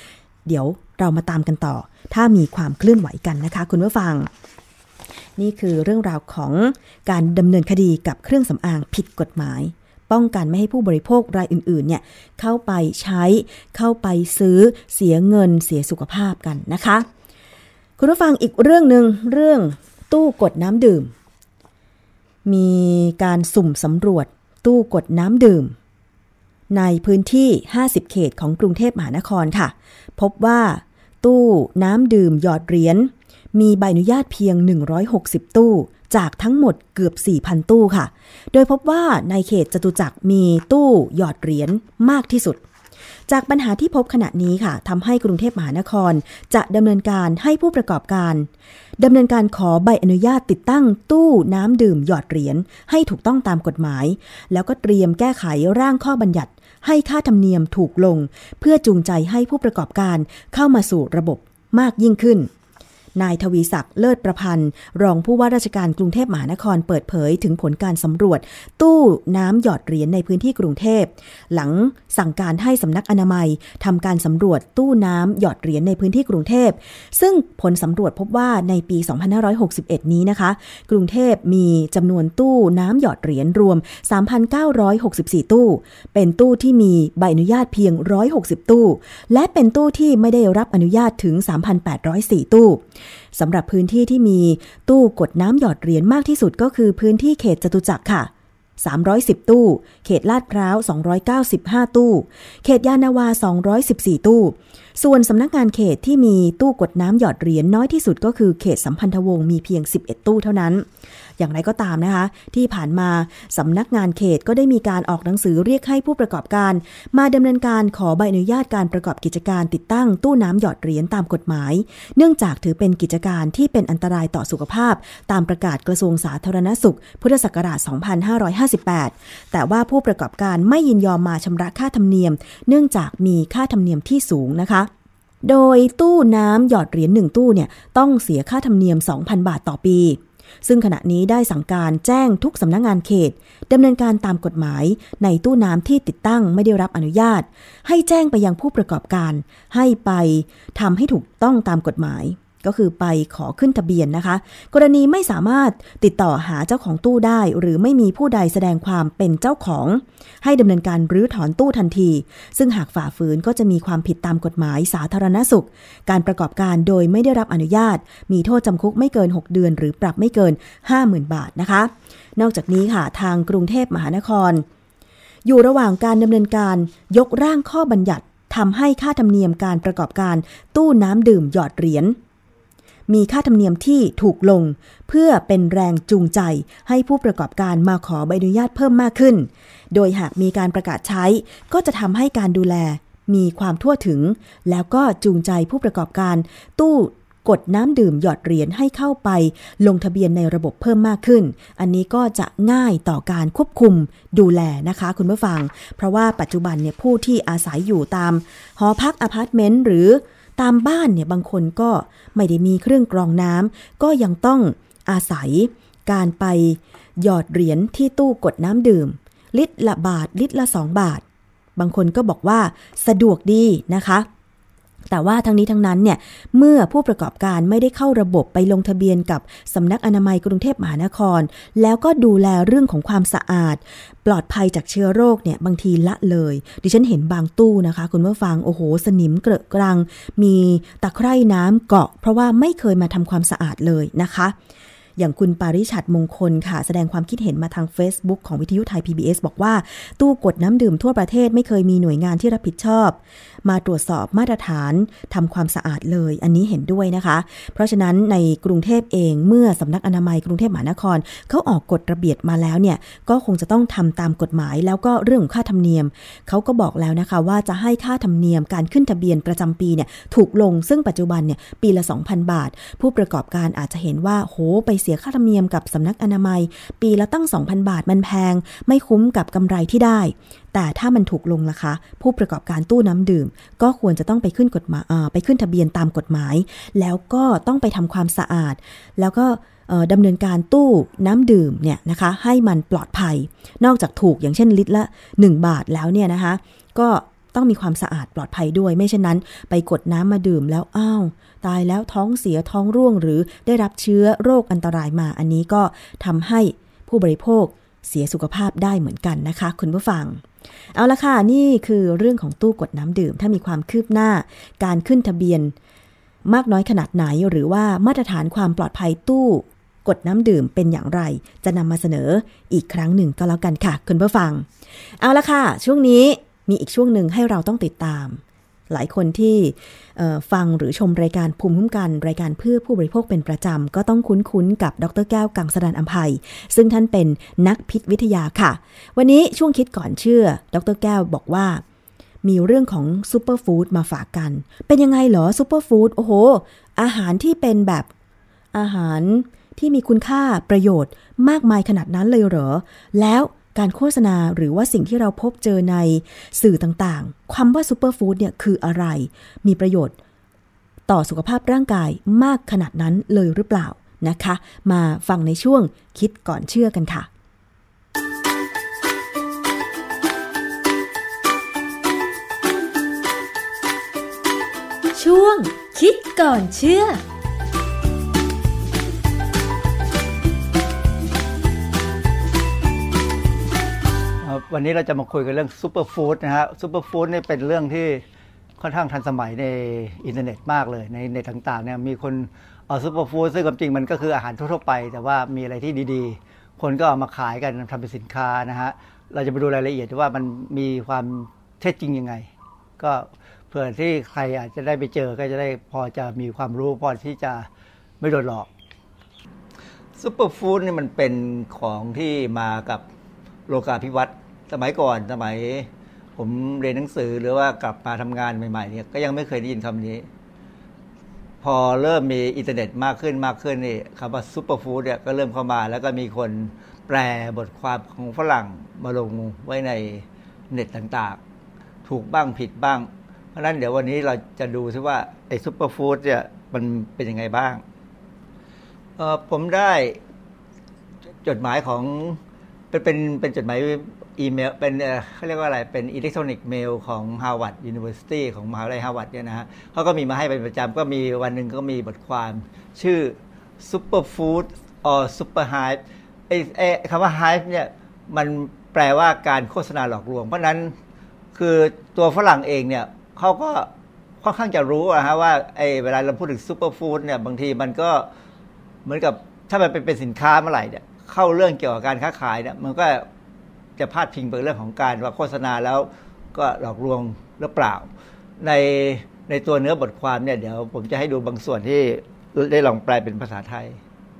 เดี๋ยวเรามาตามกันต่อถ้ามีความเคลื่อนไหวกันนะคะคุณผู้ฟังนี่คือเรื่องราวของการดำเนินคดีกับเครื่องสำอางผิดกฎหมายป้องกันไม่ให้ผู้บริโภครายอื่นๆเนี่ยเข้าไปใช้เข้าไปซื้อเสียเงินเสียสุขภาพกันนะคะคุณผู้ฟังอีกเรื่องนึงเรื่องตู้กดน้ำดื่มมีการสุ่มสำรวจตู้กดน้ำดื่มในพื้นที่50เขตของกรุงเทพมหานครค่ะพบว่าตู้น้ำดื่มหยอดเหรียญมีใบอนุญาตเพียง160ตู้จากทั้งหมดเกือบ 4,000 ตู้ค่ะโดยพบว่าในเขตจตุจักรมีตู้หยอดเหรียญมากที่สุดจากปัญหาที่พบขณะนี้ค่ะทำให้กรุงเทพมหานครจะดำเนินการให้ผู้ประกอบการดำเนินการขอใบอนุญาตติดตั้งตู้น้ำดื่มหยอดเหรียญให้ถูกต้องตามกฎหมายแล้วก็เตรียมแก้ไขร่างข้อบัญญัติให้ค่าธรรมเนียมถูกลงเพื่อจูงใจให้ผู้ประกอบการเข้ามาสู่ระบบมากยิ่งขึ้นนายทวีศักดิ์เลิศประพันธ์รองผู้ว่าราชการกรุงเทพมหานครเปิดเผยถึงผลการสำรวจตู้น้ำหยอดเหรียญในพื้นที่กรุงเทพหลังสั่งการให้สำนักอนามัยทำการสำรวจตู้น้ำหยอดเหรียญในพื้นที่กรุงเทพซึ่งผลสำรวจพบว่าในปี 2561 นี้นะคะกรุงเทพมีจำนวนตู้น้ำหยอดเหรียญรวม 3,964 ตู้เป็นตู้ที่มีใบอนุญาตเพียง160ตู้และเป็นตู้ที่ไม่ได้รับอนุญาตถึง 3,804 ตู้สำหรับพื้นที่ที่มีตู้กดน้ำหยอดเหรียญมากที่สุดก็คือพื้นที่เขตจตุจักรค่ะ310ตู้เขตลาดพร้าว295ตู้เขตยานนาวา214ตู้ส่วนสำนักงานเขตที่มีตู้กดน้ำหยอดเหรียญน้อยที่สุดก็คือเขตสัมพันธวงศ์มีเพียง11ตู้เท่านั้นอย่างไรก็ตามนะคะที่ผ่านมาสำนักงานเขตก็ได้มีการออกหนังสือเรียกให้ผู้ประกอบการมาดำเนินการขอใบอนุญาตการประกอบกิจการติดตั้งตู้น้ำหยอดเหรียญตามกฎหมายเนื่องจากถือเป็นกิจการที่เป็นอันตรายต่อสุขภาพตามประกาศกระทรวงสาธารณสุขพุทธศักราช 2558 แต่ว่าผู้ประกอบการไม่ยินยอมมาชำระค่าธรรมเนียมเนื่องจากมีค่าธรรมเนียมที่สูงนะคะโดยตู้น้ำหยอดเหรียญ1ตู้เนี่ยต้องเสียค่าธรรมเนียม 2,000 บาทต่อปีซึ่งขณะนี้ได้สั่งการแจ้งทุกสำนักงานเขตดำเนินการตามกฎหมายในตู้น้ำที่ติดตั้งไม่ได้รับอนุญาตให้แจ้งไปยังผู้ประกอบการให้ไปทำให้ถูกต้องตามกฎหมายก็คือไปขอขึ้นทะเบียนนะคะกรณีไม่สามารถติดต่อหาเจ้าของตู้ได้หรือไม่มีผู้ใดแสดงความเป็นเจ้าของให้ดำเนินการรื้อถอนตู้ทันทีซึ่งหากฝ่าฝืนก็จะมีความผิดตามกฎหมายสาธารณสุขการประกอบการโดยไม่ได้รับอนุญาตมีโทษจำคุกไม่เกิน6เดือนหรือปรับไม่เกิน 50,000 บาทนะคะนอกจากนี้ค่ะทางกรุงเทพมหานครอยู่ระหว่างการดำเนินการยกร่างข้อบัญญัติทำให้ค่าธรรมเนียมการประกอบการตู้น้ำดื่มหยอดเหรียญมีค่าธรรมเนียมที่ถูกลงเพื่อเป็นแรงจูงใจให้ผู้ประกอบการมาขอใบอนุญาตเพิ่มมากขึ้นโดยหากมีการประกาศใช้ก็จะทำให้การดูแลมีความทั่วถึงแล้วก็จูงใจผู้ประกอบการตู้กดน้ำดื่มหยอดเหรียญให้เข้าไปลงทะเบียนในระบบเพิ่มมากขึ้นอันนี้ก็จะง่ายต่อการควบคุมดูแลนะคะคุณผู้ฟังเพราะว่าปัจจุบันเนี่ยผู้ที่อาศัยอยู่ตามหอพักอพาร์ตเมนต์หรือตามบ้านเนี่ยบางคนก็ไม่ได้มีเครื่องกรองน้ำก็ยังต้องอาศัยการไปหยอดเหรียญที่ตู้กดน้ำดื่มลิตรละบาทลิตรละ2 บาทบางคนก็บอกว่าสะดวกดีนะคะแต่ว่าทั้งนี้ทั้งนั้นเนี่ยเมื่อผู้ประกอบการไม่ได้เข้าระบบไปลงทะเบียนกับสำนักอนามัยกรุงเทพมหานครแล้วก็ดูแลเรื่องของความสะอาดปลอดภัยจากเชื้อโรคเนี่ยบางทีละเลยดิฉันเห็นบางตู้นะคะคุณผู้ฟังโอ้โหสนิมเกลอะกรังมีตะไคร่น้ำเกาะเพราะว่าไม่เคยมาทำความสะอาดเลยนะคะอย่างคุณปาริชัดมงคลค่ะแสดงความคิดเห็นมาทาง Facebook ของวิทยุไทย PBS บอกว่าตู้กดน้ำดื่มทั่วประเทศไม่เคยมีหน่วยงานที่รับผิดชอบมาตรวจสอบมาตรฐานทำความสะอาดเลยอันนี้เห็นด้วยนะคะเพราะฉะนั้นในกรุงเทพเองเมื่อสำนักอนามัยกรุงเทพมหานครเขาออกกฎระเบียบมาแล้วเนี่ยก็คงจะต้องทำตามกฎหมายแล้วก็เรื่องของค่าธรรมเนียมเขาก็บอกแล้วนะคะว่าจะให้ค่าธรรมเนียมการขึ้นทะเบียนประจำปีเนี่ยถูกลงซึ่งปัจจุบันเนี่ยปีละ 2,000 บาทผู้ประกอบการอาจจะเห็นว่าโหไปเสียค่าธรรมเนียมกับสำนักอนามัยปีละตั้ง 2,000 บาทมันแพงไม่คุ้มกับกำไรที่ได้แต่ถ้ามันถูกลงล่ะคะผู้ประกอบการตู้น้ำดื่มก็ควรจะต้องไปขึ้นกฎหมายไปขึ้นทะเบียนตามกฎหมายแล้วก็ต้องไปทำความสะอาดแล้วก็ดำเนินการตู้น้ำดื่มเนี่ยนะคะให้มันปลอดภัยนอกจากถูกอย่างเช่นลิตรละ1 บาทแล้วเนี่ยนะคะก็ต้องมีความสะอาดปลอดภัยด้วยไม่เช่นนั้นไปกดน้ำมาดื่มแล้วอ้าวตายแล้วท้องเสียท้องร่วงหรือได้รับเชื้อโรคอันตรายมาอันนี้ก็ทำให้ผู้บริโภคเสียสุขภาพได้เหมือนกันนะคะคุณผู้ฟังเอาละค่ะนี่คือเรื่องของตู้กดน้ำดื่มถ้ามีความคืบหน้าการขึ้นทะเบียนมากน้อยขนาดไหนหรือว่ามาตรฐานความปลอดภัยตู้กดน้ำดื่มเป็นอย่างไรจะนำมาเสนออีกครั้งหนึ่งก็แล้วกันค่ะคุณผู้ฟังเอาละค่ะช่วงนี้มีอีกช่วงหนึ่งให้เราต้องติดตามหลายคนที่ฟังหรือชมรายการภูมิคุ้มกันรายการเพื่อผู้บริโภคเป็นประจำก็ต้องคุ้นกับดร.แก้วกังสดาลอำไพซึ่งท่านเป็นนักพิษวิทยาค่ะวันนี้ช่วงคิดก่อนเชื่อดร.แก้วบอกว่ามีเรื่องของซูเปอร์ฟู้ดมาฝากกันเป็นยังไงเหรอซูเปอร์ฟู้ดโอ้โหอาหารที่เป็นแบบอาหารที่มีคุณค่าประโยชน์มากมายขนาดนั้นเลยเหรอแล้วการโฆษณาหรือว่าสิ่งที่เราพบเจอในสื่อต่างๆคำว่าซูเปอร์ฟู้ดเนี่ยคืออะไรมีประโยชน์ต่อสุขภาพร่างกายมากขนาดนั้นเลยหรือเปล่านะคะมาฟังในช่วงคิดก่อนเชื่อกันค่ะช่วงคิดก่อนเชื่อวันนี้เราจะมาคุยกันเรื่องซูเปอร์ฟู้ดนะฮะซูเปอร์ฟู้ดนี่เป็นเรื่องที่ค่อนข้างทันสมัยในอินเทอร์เน็ตมากเลยในเน็ตต่างๆเนี่ยมีคนเอาซูเปอร์ฟู้ดซึ่งความจริงมันก็คืออาหารทั่วๆไปแต่ว่ามีอะไรที่ดีๆคนก็เอามาขายกันทำเป็นสินค้านะฮะเราจะไปดูรายละเอียดว่ามันมีความเท็จจริงยังไงก็เผื่อที่ใครอาจจะได้ไปเจอก็จะได้พอจะมีความรู้พอที่จะไม่โดนหลอกซูเปอร์ฟู้ดนี่มันเป็นของที่มากับโลกาภิวัตน์สมัยก่อนสมัยผมเรียนหนังสือหรือว่ากลับมาทำงานใหม่ๆเนี่ยก็ยังไม่เคยได้ยินคำนี้พอเริ่มมีอินเทอร์เน็ตมากขึ้นนี่คำว่าซูเปอร์ฟู้ดเนี่ยก็เริ่มเข้ามาแล้วก็มีคนแปลบทความของฝรั่งมาลงไว้ในเน็ตต่างๆถูกบ้างผิดบ้างเพราะฉะนั้นเดี๋ยววันนี้เราจะดูซิว่าไอ้ซูเปอร์ฟู้ดเนี่ยมันเป็นยังไงบ้างผมได้จดหมายของเป็นจดหมายอีเมลเป็นเขาเรียกว่าอะไรเป็นอิเล็กทรอนิกส์เมลของ Harvard University ของมหาวิทยาลัย Harvard เนี่ยนะฮะเขาก็มีมาให้เป็นประจำก็มีวันหนึ่งก็มีบทความชื่อ Superfood or Super Hype ไอ้คำว่า Hype เนี่ยมันแปลว่าการโฆษณาหลอกลวงเพราะนั้นคือตัวฝรั่งเองเนี่ยเขาก็ค่อนข้างจะรู้นะฮะว่าไอ้เวลาเราพูดถึง Superfood เนี่ยบางทีมันก็เหมือนกับถ้ามันเป็นสินค้าเมื่อไหร่เนี่ยเข้าเรื่องเกี่ยวกับการค้าขายเนี่ยมันก็จะพาดพิงไปเรื่องของการว่าโฆษณาแล้วก็หลอกลวงหรือเปล่าในตัวเนื้อบทความเนี่ยเดี๋ยวผมจะให้ดูบางส่วนที่ได้ลองแปลเป็นภาษาไทย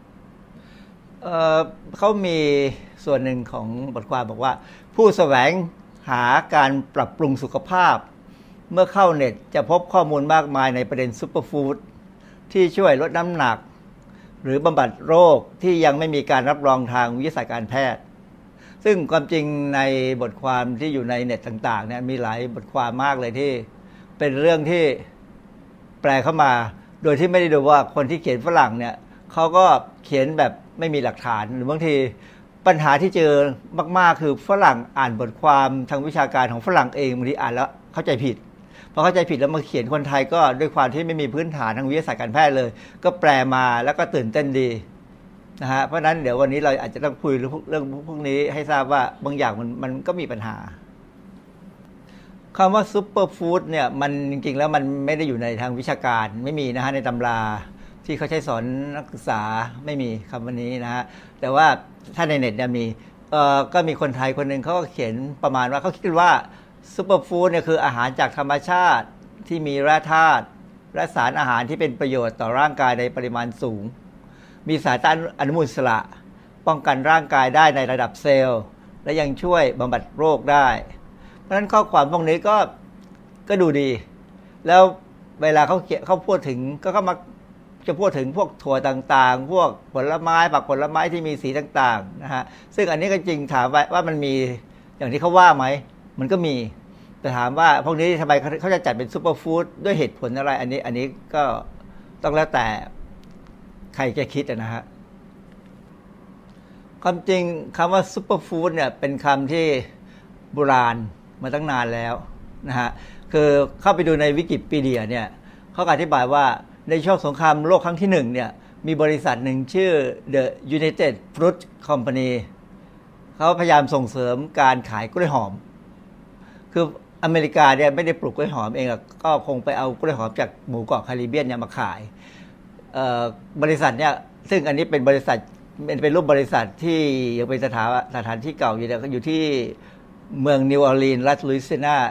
เขามีส่วนหนึ่งของบทความบอกว่าผู้แสวงหาการปรับปรุงสุขภาพเมื่อเข้าเน็ตจะพบข้อมูลมากมายในประเด็นซูเปอร์ฟู้ดที่ช่วยลดน้ำหนักหรือบำบัดโรคที่ยังไม่มีการรับรองทางวิทยาศาสตร์การแพทย์ซึ่งความจริงในบทความที่อยู่ในเน็ตต่างๆเนี่ยมีหลายบทความมากเลยที่เป็นเรื่องที่แปลเข้ามาโดยที่ไม่ได้ดูว่าคนที่เขียนฝรั่งเนี่ยเขาก็เขียนแบบไม่มีหลักฐานหรือบางทีปัญหาที่เจอมากๆคือฝรั่งอ่านบทความทางวิชาการของฝรั่งเองบางทีอ่านแล้วเข้าใจผิดพอเข้าใจผิดแล้วมาเขียนคนไทยก็ด้วยความที่ไม่มีพื้นฐานทางวิทยาศาสตร์การแพทย์เลยก็แปลมาแล้วก็ตื่นเต้นดีนะฮะเพราะนั้นเดี๋ยววันนี้เราอาจจะต้องคุยเรื่องพวกนี้ให้ทราบว่าบางอย่างมันก็มีปัญหาคำว่าซุปเปอร์ฟู้ดเนี่ยมันจริงๆแล้วมันไม่ได้อยู่ในทางวิชาการไม่มีนะฮะในตำราที่เขาใช้สอนนักศึกษาไม่มีคำนี้นะฮะแต่ว่าถ้าในเน็ตเนี่ยมีก็มีคนไทยคนหนึ่งเขาก็เขียนประมาณว่าเขาคิดว่าซุปเปอร์ฟู้ดเนี่ยคืออาหารจากธรรมชาติที่มีแร่ธาตุและสารอาหารที่เป็นประโยชน์ต่อร่างกายในปริมาณสูงมีสารต้านอนุมูลอิสระป้องกันร่างกายได้ในระดับเซลล์และยังช่วยบำบัดโรคได้เพราะฉะนั้นข้อความพวกนี้ก็ดูดีแล้วเวลาเขาพูดถึงก็มักจะพูดถึงพวกถั่วต่างๆพวกผลไม้ผักผลไม้ที่มีสีต่างๆนะฮะซึ่งอันนี้ก็จริงถามว่ามันมีอย่างที่เขาว่าไหมมันก็มีแต่ถามว่าพวกนี้ทำไมเขาจะจัดเป็นซุปเปอร์ฟู้ดด้วยเหตุผลอะไรอันนี้ก็ต้องแล้วแต่ใครจะคิดนะฮะความจริงคำว่าซุปเปอร์ฟู้ดเนี่ยเป็นคำที่โบราณมาตั้งนานแล้วนะฮะคือเข้าไปดูในวิกิพีเดียเนี่ยเขาอธิบายว่าในช่วงสงครามโลกครั้งที่1เนี่ยมีบริษัทหนึ่งชื่อ The United Fruit Company เขาพยายามส่งเสริมการขายกล้วยหอมคืออเมริกาเนี่ยไม่ได้ปลูกกล้วยหอมเองก็คงไปเอากล้วยหอมจากหมู่เกาะแคริบเบียนเนี่ยมาขายบริษัทเนี่ยซึ่งอันนี้เป็นบริษัทเป็นรูปบริษัทที่ยังเป็นสถานที่เก่าอยู่ที่เมืองนิวออร์ลีนส์รัฐลุยเซียนา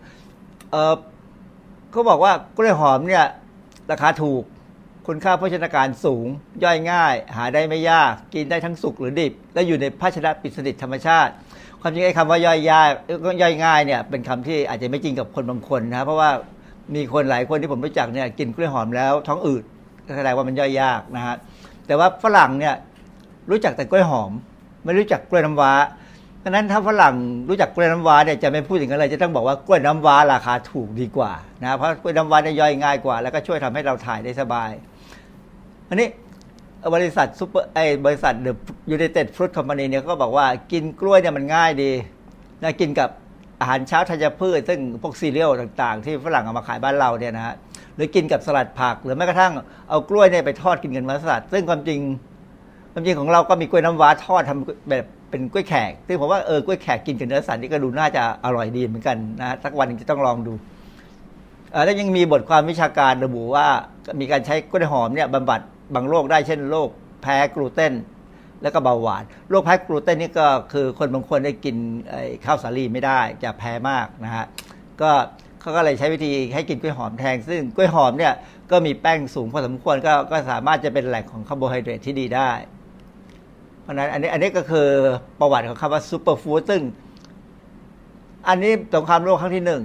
เขาบอกว่ากล้วยหอมเนี่ยราคาถูกคุณค่าโภชนาการสูงย่อยง่ายหาได้ไม่ยากกินได้ทั้งสุกหรือดิบและอยู่ในภาชนะปิดสนิทธรรมชาติความจริงไอ้คำว่าย่อยง่ายเนี่ยเป็นคำที่อาจจะไม่จริงกับคนบางคนนะเพราะว่ามีคนหลายคนที่ผมรู้จักเนี่ยกินกล้วยหอมแล้วท้องอืดแสดงว่ามันย่อยยากนะฮะแต่ว่าฝรั่งเนี่ยรู้จักแต่กล้วยหอมไม่รู้จักกล้วยน้ำว้าเพราะนั้นถ้าฝรั่งรู้จักกล้วยน้ำว้าเนี่ยจะไม่พูดอย่างนั้นเลยจะต้องบอกว่ากล้วยน้ำว้าราคาถูกดีกว่านะเพราะกล้วยน้ำว้าเนี่ยย่อยง่ายกว่าแล้วก็ช่วยทำให้เราถ่ายได้สบายอันนี้บริษัทบริษัท The United Fruit Company เนี่ยก็บอกว่ากินกล้วยเนี่ยมันง่ายดีนะกินกับอาหารเช้าธัญพืชซึ่งพวกซีเรียลต่างๆที่ฝรั่งเอามาขายบ้านเราเนี่ยนะฮะหรือกินกับสลัดผักหรือแม้กระทั่งเอากล้วยเนี่ยไปทอดกินกันมาสลัดซึ่งความจริงของเราก็มีกล้วยน้ำว้าทอดทำแบบเป็นกล้วยแขกซึ่งผมว่ากล้วยแขกกินกับเนื้อสัตว์นี่ก็ดูน่าจะอร่อยดีเหมือนกันนะสักวันนึงจะต้องลองดูแล้วยังมีบทความวิชาการระบุว่ามีการใช้กล้วยหอมเนี่ยบำบัดบางโรคได้เช่นโรคแพ้กลูเตนแล้วก็เบาหวานโรคแพ้กลูเตนนี่ก็คือคนบางคนได้กินข้าวสาลีไม่ได้จะแพ้มากนะฮะก็เขาก็เลยใช้วิธีให้กินกล้วยหอมแทนซึ่งกล้วยหอมเนี่ยก็มีแป้งสูงพอสมควรก็สามารถจะเป็นแหล่งของคาร์โบไฮเดรตที่ดีได้เพราะฉะนั้นอันนี้ก็คือประวัติของคำว่าซูเปอร์ฟู้ดซึ่งอันนี้สงครามโลกครั้งที่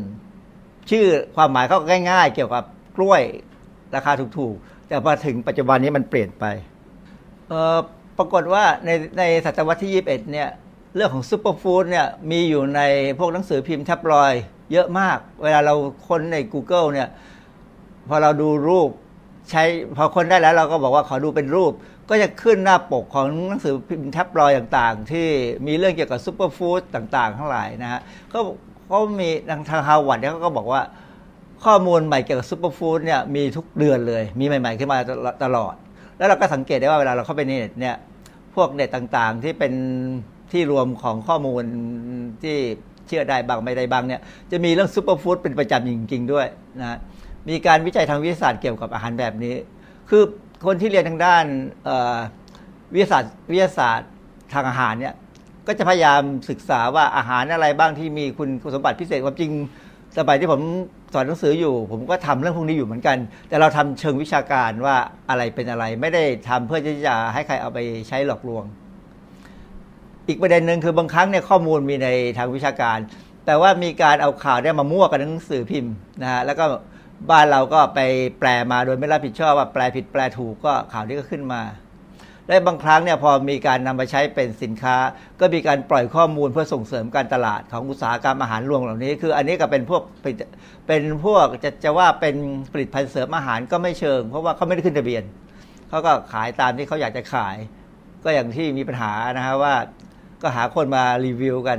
1ชื่อความหมายเขาง่ายๆเกี่ยวกับกล้วยราคาถูกๆแต่พอถึงปัจจุบันนี้มันเปลี่ยนไปปรากฏว่าในศตวรรษที่21เนี่ยเรื่องของซูเปอร์ฟู้ดเนี่ยมีอยู่ในพวกหนังสือพิมพ์แท็บลอยด์เยอะมากเวลาเราค้นใน Google เนี่ยพอเราดูรูปพอค้นได้แล้วเราก็บอกว่าขอดูเป็นรูปก็จะขึ้นหน้าปกของหนังสือพิมพ์แท็บลอยด์ต่างๆที่มีเรื่องเกี่ยวกับซูเปอร์ฟู้ดต่างๆทั้งหลายนะฮะเขามีทางฮาร์วาร์ดเนี่ยเขาก็บอกว่าข้อมูลใหม่เกี่ยวกับซูเปอร์ฟู้ดเนี่ยมีทุกเดือนเลยมีใหม่ๆขึ้นมาตลอดแล้วเราก็สังเกตได้ว่าเวลาเราเข้าไปในเน็ตเนี่ยพวกเน็ตต่างๆที่เป็นที่รวมของข้อมูลที่เชื่อได้บางไม่ได้บางเนี่ยจะมีเรื่องซูเปอร์ฟู้ดเป็นประจำจริงๆด้วยนะมีการวิจัยทางวิทยาศาสตร์เกี่ยวกับอาหารแบบนี้คือคนที่เรียนทางด้านวิทยาศาสตร์ทางอาหารเนี่ยก็จะพยายามศึกษาว่าอาหารอะไรบ้างที่มีคุณสมบัติพิเศษความจริงสมัยที่ผมสอนหนังสืออยู่ผมก็ทำเรื่องพวกนี้อยู่เหมือนกันแต่เราทำเชิงวิชาการว่าอะไรเป็นอะไรไม่ได้ทำเพื่อที่จะให้ใครเอาไปใช้หลอกลวงอีกประเด็นหนึ่งคือบางครั้งเนี่ยข้อมูลมีในทางวิชาการแต่ว่ามีการเอาข่าวได้มามั่วกันในหนังสือพิมพ์นะฮะแล้วก็บ้านเราก็ไปแปลมาโดยไม่รับผิดชอบว่าแปลผิดแปลถูกก็ข่าวนี้ก็ขึ้นมาและบางครั้งเนี่ยพอมีการนำมาใช้เป็นสินค้าก็มีการปล่อยข้อมูลเพื่อส่งเสริมการตลาดของอุตสาหกรรมอาหารรวมเหล่านี้คืออันนี้ก็เป็นพวกจะว่าเป็นผลิตภัณฑ์เสริมอาหารก็ไม่เชิงเพราะว่าเขาไม่ได้ขึ้นทะเบียนเขาก็ขายตามที่เขาอยากจะขายก็อย่างที่มีปัญหานะฮะว่าก็หาคนมารีวิวกัน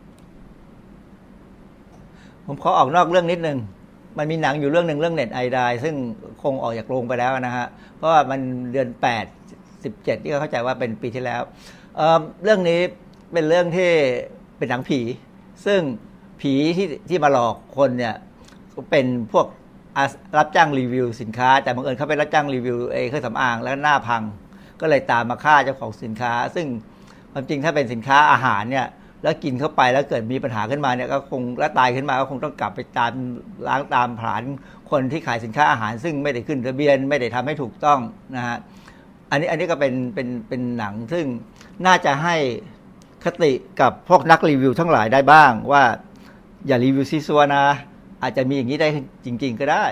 ผมขอออกนอกเรื่องนิดนึงมันมีหนังอยู่เรื่องนึงเรื่องเน็ตไอไดซึ่งคงออกจากโรงไปแล้วนะฮะเพราะว่ามันเดือน8/17ที่เขาเข้าใจว่าเป็นปีที่แล้วเรื่องนี้เป็นเรื่องที่เป็นหนังผีซึ่งผีที่มาหลอกคนเนี่ยเป็นพวกรับจ้างรีวิวสินค้าแต่บังเอิญเขาไปรับจ้างรีวิวเครื่องสำอางแล้วหน้าพังก็เลยตามมาฆ่าเจ้าของสินค้าซึ่งความจริงถ้าเป็นสินค้าอาหารเนี่ยแล้วกินเข้าไปแล้วเกิดมีปัญหาขึ้นมาเนี่ยก็คงแล้วตายขึ้นมาก็คงต้องกลับไปตามล้างตามผลาญคนที่ขายสินค้าอาหารซึ่งไม่ได้ขึ้นทะเบียนไม่ได้ทำให้ถูกต้องนะฮะอันนี้ก็เป็นหนังซึ่งน่าจะให้คติกับพวกนักรีวิวทั้งหลายได้บ้างว่าอย่ารีวิวซีซัวนะอาจจะมีอย่างนี้ได้จริงๆก็ได้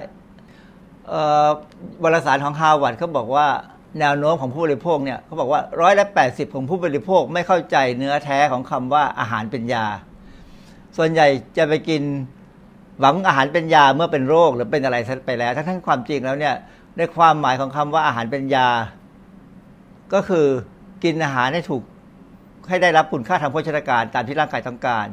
วารสารของฮาร์วาร์ดเขาบอกว่าแนวโน้มของผู้บริโภคเนี่ยเขาบอกว่า180%ของผู้บริโภคไม่เข้าใจเนื้อแท้ของคำว่าอาหารเป็นยาส่วนใหญ่จะไปกินหวังอาหารเป็นยาเมื่อเป็นโรคหรือเป็นอะไรไปแล้วทั้งความจริงแล้วเนี่ยในความหมายของคำว่าอาหารเป็นยาก็คือกินอาหารให้ถูกให้ได้รับคุณค่าทางโภชนาการตามที่ร่างกายต้องการ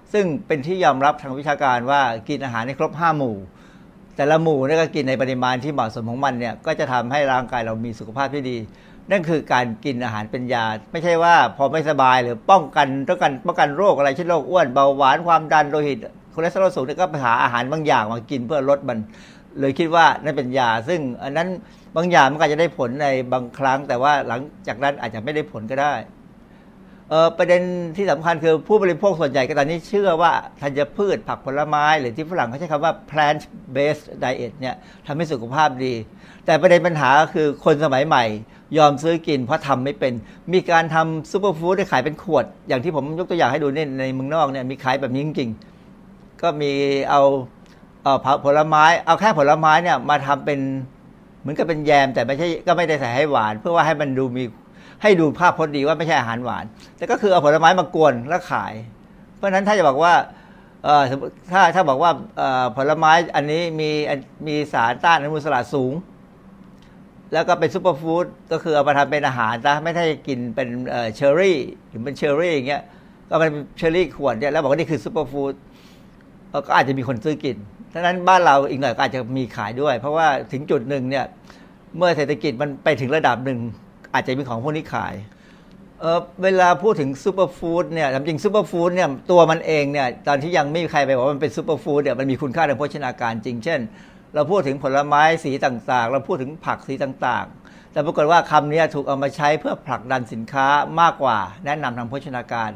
ซึ่งเป็นที่ยอมรับทางวิชาการว่ากินอาหารให้ครบ5หมู่แต่ละหมู่เนี่ยก็กินในปริมาณที่เหมาะสมของมันเนี่ยก็จะทำให้ร่างกายเรามีสุขภาพที่ดีนั่นคือการกินอาหารเป็นยาไม่ใช่ว่าพอไม่สบายหรือป้องกันโรคอะไรเช่นโรคอ้วนเบาหวานความดันโลหิตคอเลสเตอรอลสูงก็ไปหาอาหารบางอย่างมากินเพื่อลดมันเลยคิดว่านั่นเป็นยาซึ่งอันนั้นบางอย่างมันอาจจะได้ผลในบางครั้งแต่ว่าหลังจากนั้นอาจจะไม่ได้ผลก็ได้ประเด็นที่สำคัญคือผู้บริโภคส่วนใหญ่ก็ตอนนี้เชื่อว่าธัญพืชผักผลไม้หรือที่ฝรั่งเขาใช้คำว่า plant based diet เนี่ยทำให้สุขภาพดีแต่ประเด็นปัญหาก็คือคนสมัยใหม่ยอมซื้อกินเพราะทำไม่เป็นมีการทำซูเปอร์ฟู้ดที่ขายเป็นขวดอย่างที่ผมยกตัวอย่างให้ดูในเมืองนอกเนี่ยมีขายแบบนี้จริงๆก็มีเอาผลไม้เอาแค่ผลไม้เนี่ยมาทำเป็นเหมือนกับเป็นแยมแต่ไม่ใช่ก็ไม่ได้ใส่ให้หวานเพื่อว่าให้มันดูมีให้ดูภาพพจน์ดีว่าไม่ใช่อาหารหวานแต่ก็คือเอาผลไม้มากวนแล้วขายเพราะฉะนั้นถ้าจะบอกว่าถ้าบอกว่าผลไม้อันนี้มีสารต้านอนุมูลอิสระสูงแล้วก็เป็นซุปเปอร์ฟู้ดก็คือเอามาทำเป็นอาหารนะไม่ได้กินเป็นเชอร์รี่หรือเป็นเชอร์รี่อย่างเงี้ยก็เป็นเชอร์รี่ขวดเนี่ยแล้วบอกว่านี่คือซุปเปอร์ฟู้ดก็อาจจะมีคนซื้อกินดังนั้นบ้านเราอีกหน่อยก็อาจจะมีขายด้วยเพราะว่าถึงจุดหนึ่งเนี่ยเมื่อเศรษฐกิจมันไปถึงระดับหนึ่งอาจจะมีของพวกนี้ขายเวลาพูดถึงซูเปอร์ฟู้ดเนี่ยจริงซูเปอร์ฟู้ดเนี่ยตัวมันเองเนี่ยตอนที่ยังไม่มีใครไปบอกว่ามันเป็นซูเปอร์ฟู้ดเนี่ยมันมีคุณค่าทางโภชนาการจริงเช่นเราพูดถึงผลไม้สีต่างๆเราพูดถึงผักสีต่างๆแต่ปรากฏว่าคำนี้ถูกเอามาใช้เพื่อผลักดันสินค้ามากกว่าแนะนำทางโภชนาการ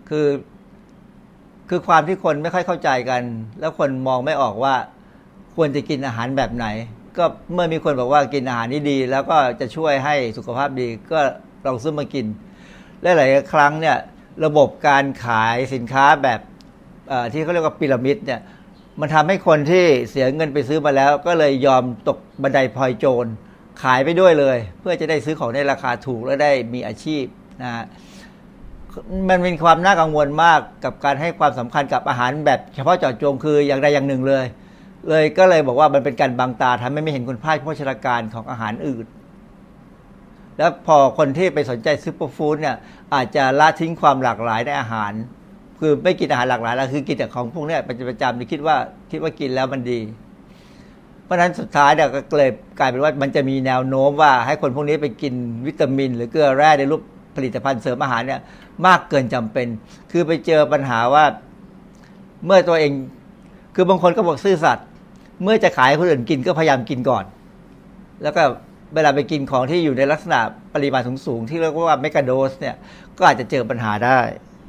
คือความที่คนไม่ค่อยเข้าใจกันแล้วคนมองไม่ออกว่าควรจะกินอาหารแบบไหนก็เมื่อมีคนบอกว่ากินอาหารนี้ดีแล้วก็จะช่วยให้สุขภาพดีก็ลองซื้อมากินและหลายครั้งเนี่ยระบบการขายสินค้าแบบที่เขาเรียกว่าพีระมิดเนี่ยมันทำให้คนที่เสียเงินไปซื้อมาแล้วก็เลยยอมตกบันไดพลอยโจรขายไปด้วยเลยเพื่อจะได้ซื้อของในราคาถูกและได้มีอาชีพนะฮะมันเป็นความน่ากังวลมากกับการให้ความสำคัญกับอาหารแบบเฉพาะเจาะจงคืออย่างใดอย่างหนึ่งเลยก็เลยบอกว่ามันเป็นการบังตาทำให้ไม่เห็นคุณค่าโภชนาการของอาหารอื่นแล้วพอคนที่ไปสนใจซุปเปอร์ฟู้ดเนี่ยอาจจะละทิ้งความหลากหลายในอาหารคือไม่กินอาหารหลากหลายแล้วคือกินแต่ของพวกนี้ประจำคิดว่ากินแล้วมันดีเพราะฉะนั้นสุดท้ายเนี่ยก็เลยกลายเป็นว่ามันจะมีแนวโน้มว่าให้คนพวกนี้ไปกินวิตามินหรือเกลือแร่ในรูปผลิตภัณฑ์เสริมอาหารเนี่ยมากเกินจำเป็นคือไปเจอปัญหาว่าเมื่อตัวเองคือบางคนก็บอกซื่อสัตย์เมื่อจะขายให้คนอื่นกินก็พยายามกินก่อนแล้วก็เวลาไปกินของที่อยู่ในลักษณะปริมาณสูงๆที่เรียกว่าเมกะโดสเนี่ยก็อาจจะเจอปัญหาได้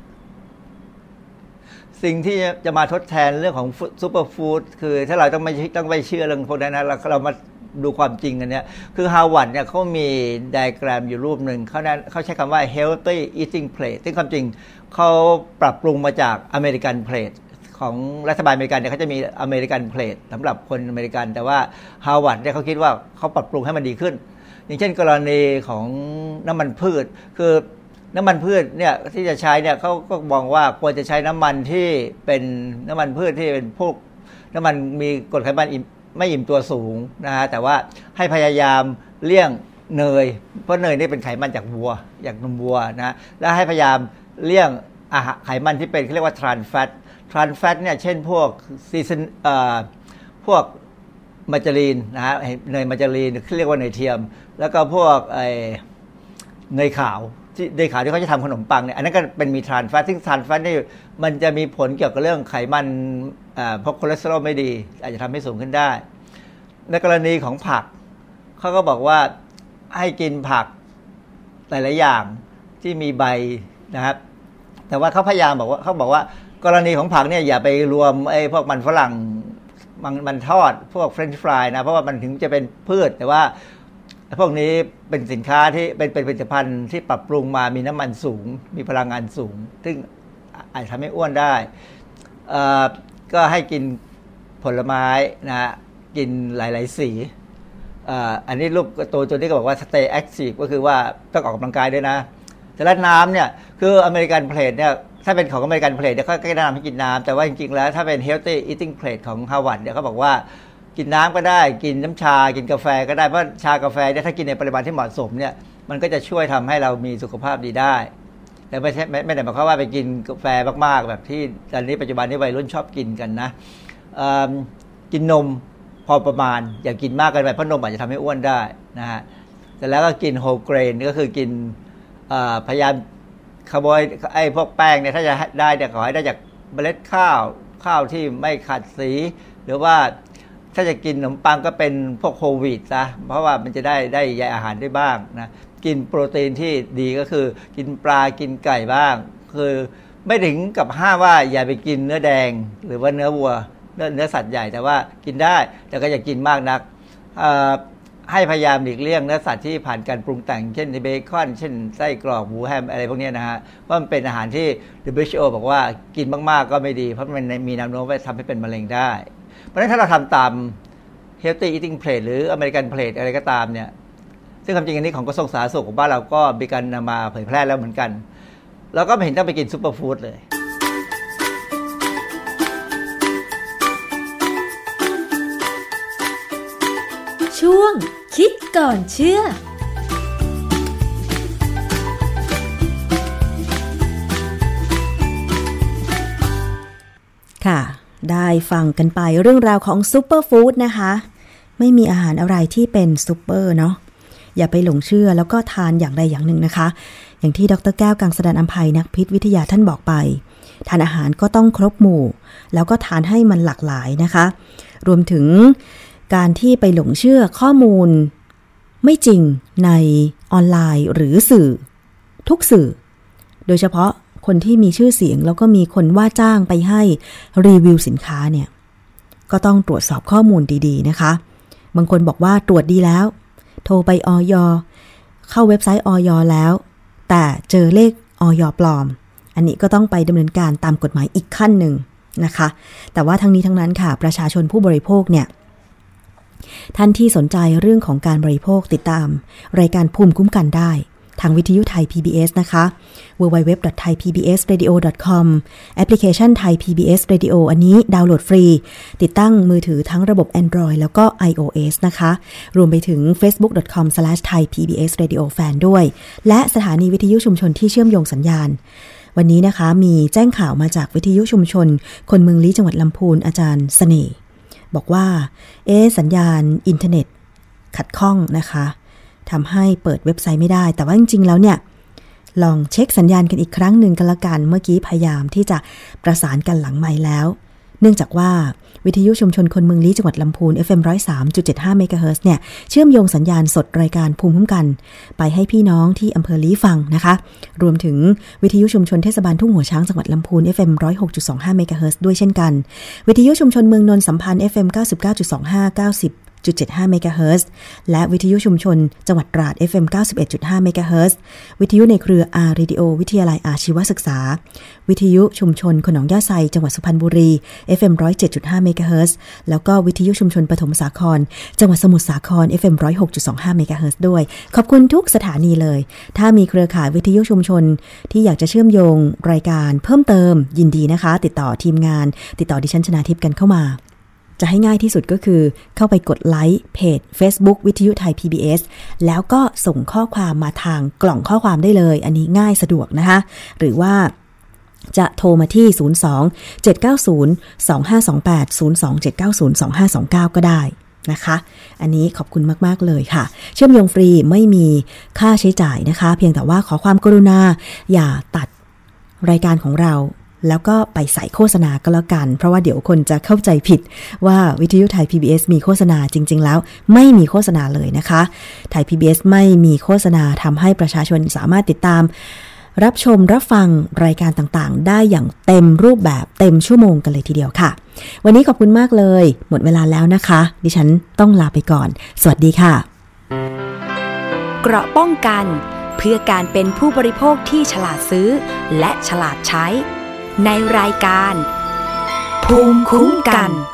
สิ่งที่จะมาทดแทนเรื่องของซูเปอร์ฟู้ดคือถ้าเราต้องไม่เชื่อเรื่องพวกนั้นนะเรามาดูความจริงกันเนี่ยคือฮาร์วาร์ดเนี่ยเขามีไดอะแกรมอยู่รูปหนึ่งเขาใช้คำว่า healthy eating plate ซึ่งความจริงเขาปรับปรุงมาจากอเมริกันเพลทของรัฐบาลอเมริกันเนี่ยเขาจะมีอเมริกันเพลทสำหรับคนอเมริกันแต่ว่าฮาร์วาร์ดเนี่ยเขาคิดว่าเขาปรับปรุงให้มันดีขึ้นอย่างเช่นกรณีของน้ำมันพืชคือน้ำมันพืชเนี่ยที่จะใช้เนี่ยเขาก็มองว่าควรจะใช้น้ำมันที่เป็นน้ำมันพืชที่เป็นพวกน้ำมันมีกรดไขมันไม่อิ่มตัวสูงนะฮะแต่ว่าให้พยายามเลี่ยงเนยเพราะเนยนี่เป็นไขมันจากวัวจากนมวัวนะแล้วให้พยายามเลี่ยงไขมันที่เป็นเขาเรียกว่าทรานส์แฟตเนี่ยเช่นพวกพวกมาการีนนะฮะเนยมาการีนเรียกว่าเนยเทียมแล้วก็พวกเนยขาวที่เขาจะทำขนมปังเนี่ยอันนั้นก็เป็นมีทรานส์แฟตซึ่งทรานส์แฟตนี่มันจะมีผลเกี่ยวกับเรื่องไขมันเพราะคอเลสเตอรอลไม่ดีอาจจะทำให้สูงขึ้นได้ในกรณีของผักเขาก็บอกว่าให้กินผักหลายๆอย่างที่มีใบนะครับแต่ว่าเขาพยายามบอกว่ากรณีของผักเนี่ยอย่าไปรวมพวกมันฝรั่งมันทอดพวกเฟรนช์ฟรายนะเพราะว่ามันถึงจะเป็นพืชแต่ว่าพวกนี้เป็นสินค้าที่เป็นผลิตภัณฑ์ที่ปรับปรุงมามีน้ำมันสูงมีพลังงานสูงซึ่งอาจทำให้อ้วนได้ก็ให้กินผลไม้นะกินหลายๆสีอันนี้รูปตัวนี้ก็บอกว่า stay active ก็คือว่าต้องออกกำลังกายด้วยนะแต่ละน้ำเนี่ยคืออเมริกันเพลทเนี่ยถ้าเป็นของอเมริกันเพลทเนี่ยเขาก็แนะนำให้กินน้ำแต่ว่าจริงๆแล้วถ้าเป็น healthy eating plate ของฮาร์วาร์ดเนี่ยเขาบอกว่ากินน้ำก็ได้กินน้ำชากินกาแฟก็ได้เพราะชากาแฟเนี่ยถ้ากินในปริมาณที่เหมาะสมเนี่ยมันก็จะช่วยทำให้เรามีสุขภาพดีได้แต่ไม่ได้หมายความว่าไปกินกาแฟมากๆแบบที่ตอนนี้ปัจจุบันนี้วัยรุ่นชอบกินกันนะกินนมพอประมาณอย่ากินมากเกินไปเพราะนมอาจจะทำให้อ้วนได้นะฮะแต่แล้วก็กินโฮลเกรนก็คือกินพยายามคาร์โบไอ้พวกแป้งเนี่ยถ้าจะได้เนี่ยขอให้ได้จากเมล็ดข้าวที่ไม่ขัดสีหรือว่าถ้าจะกินขนมปังก็เป็นพวกโฮลวีตซะเพราะว่ามันจะได้ใยอาหารได้บ้างนะกินโปรตีนที่ดีก็คือกินปลากินไก่บ้างคือไม่ถึงกับห้ามว่าอย่าไปกินเนื้อแดงหรือว่าเนื้อวัวเนื้อสัตว์ใหญ่แต่ว่ากินได้แต่ก็อย่ากินมากนักให้พยายามหลีกเลี่ยงเนื้อสัตว์ที่ผ่านการปรุงแต่งเช่นเบคอนเช่นไส้กรอกหมูแฮมอะไรพวกนี้นะฮะว่ามันเป็นอาหารที่ WHO บอกว่ากินมากๆก็ไม่ดีเพราะมันมีแนวโน้มว่าทำให้เป็นมะเร็งได้เพราะฉะนั้นถ้าเราทำตาม Healthy Eating Plate หรือ American Plate อะไรก็ตามเนี่ยซึ่งความจริงอันนี้ของกระทรวงสาธารณสุขของบ้านเราก็มีการนำมาเผยแพร่แล้วเหมือนกันเราก็ไม่เห็นต้องไปกินซุปเปอร์ฟู้ดเลยช่วงคิดก่อนเชื่อค่ะได้ฟังกันไปเรื่องราวของซุปเปอร์ฟู้ดนะคะไม่มีอาหารอะไรที่เป็นซุปเปอร์เนาะอย่าไปหลงเชื่อแล้วก็ทานอย่างใดอย่างหนึ่งนะคะอย่างที่ดร.แก้วกังสดาลอำไพนักพิษวิทยาท่านบอกไปทานอาหารก็ต้องครบหมู่แล้วก็ทานให้มันหลากหลายนะคะรวมถึงการที่ไปหลงเชื่อข้อมูลไม่จริงในออนไลน์หรือสื่อทุกสื่อโดยเฉพาะคนที่มีชื่อเสียงแล้วก็มีคนว่าจ้างไปให้รีวิวสินค้าเนี่ยก็ต้องตรวจสอบข้อมูลดีๆนะคะบางคนบอกว่าตรวจดีแล้วโทรไปอย.เข้าเว็บไซต์อย.แล้วแต่เจอเลขอย.ปลอมอันนี้ก็ต้องไปดำเนินการตามกฎหมายอีกขั้นหนึ่งนะคะแต่ว่าทั้งนี้ทั้งนั้นค่ะประชาชนผู้บริโภคเนี่ยท่านที่สนใจเรื่องของการบริโภคติดตามรายการภูมิคุ้มกันได้ทางวิทยุไทย PBS นะคะ www.thaipbsradio.com แอปพลิเคชัน Thai PBS Radio อันนี้ดาวน์โหลดฟรีติดตั้งมือถือทั้งระบบ Android แล้วก็ iOS นะคะรวมไปถึง facebook.com/thaipbsradiofan ด้วยและสถานีวิทยุชุมชนที่เชื่อมโยงสัญญาณวันนี้นะคะมีแจ้งข่าวมาจากวิทยุชุมชนคนเมืองลี้จังหวัดลำพูนอาจารย์เสน่ห์บอกว่าสัญญาณอินเทอร์เน็ตขัดข้องนะคะทำให้เปิดเว็บไซต์ไม่ได้แต่ว่าจริงๆแล้วเนี่ยลองเช็คสัญญาณกันอีกครั้งหนึ่งกันละกันเมื่อกี้พยายามที่จะประสานกันหลังไมค์แล้วเนื่องจากว่าวิทยุชุมชนคนเมืองลี้จังหวัดลำพูน FM 103.75 เมกะเฮิรตซ์เนี่ยเชื่อมโยงสัญญาณสดรายการภูมิคุ้มกันไปให้พี่น้องที่อำเภอลี้ฟังนะคะรวมถึงวิทยุชุมชนเทศบาลทุ่งหัวช้างจังหวัดลำพูน FM 106.25 เมกะเฮิรตซ์ด้วยเช่นกันวิทยุชุมชนเมืองนนท์สัมพันธ์ FM 99.25 90.75 เมกะเฮิรตซ์และวิทยุชุมชนจังหวัดตราด FM 91.5 เมกะเฮิรตซ์วิทยุในเครืออาร์เรดิโอวิทยาลัยอาชีวศึกษาวิทยุชุมชนขนองย่าไซจังหวัดสุพรรณบุรี FM 107.5 เมกะเฮิรตซ์แล้วก็วิทยุชุมชนปฐมสาครจังหวัดสมุทรสาคร FM 106.25 เมกะเฮิรตซ์ด้วยขอบคุณทุกสถานีเลยถ้ามีเครือข่ายวิทยุชุมชนที่อยากจะเชื่อมโยงรายการเพิ่มเติมยินดีนะคะติดต่อทีมงานติดต่อดิฉันชนาทิพย์กันเข้ามาจะให้ง่ายที่สุดก็คือเข้าไปกดไลค์เพจ Facebook วิทยุไทย PBS แล้วก็ส่งข้อความมาทางกล่องข้อความได้เลยอันนี้ง่ายสะดวกนะคะหรือว่าจะโทรมาที่ 02-790-2528 02-790-2529 ก็ได้นะคะอันนี้ขอบคุณมากๆเลยค่ะเชื่อมโยงฟรีไม่มีค่าใช้จ่ายนะคะเพียงแต่ว่าขอความกรุณาอย่าตัดรายการของเราแล้วก็ไปใส่โฆษณาก็แล้วกันเพราะว่าเดี๋ยวคนจะเข้าใจผิดว่าวิทยุไทย PBS มีโฆษณาจริงๆแล้วไม่มีโฆษณาเลยนะคะไทย PBS ไม่มีโฆษณาทำให้ประชาชนสามารถติดตามรับชมรับฟังรายการต่างๆได้อย่างเต็มรูปแบบเต็มชั่วโมงกันเลยทีเดียวค่ะวันนี้ขอบคุณมากเลยหมดเวลาแล้วนะคะดิฉันต้องลาไปก่อนสวัสดีค่ะเกราะป้องกันเพื่อการเป็นผู้บริโภคที่ฉลาดซื้อและฉลาดใช้ในรายการภูมิคุ้มกัน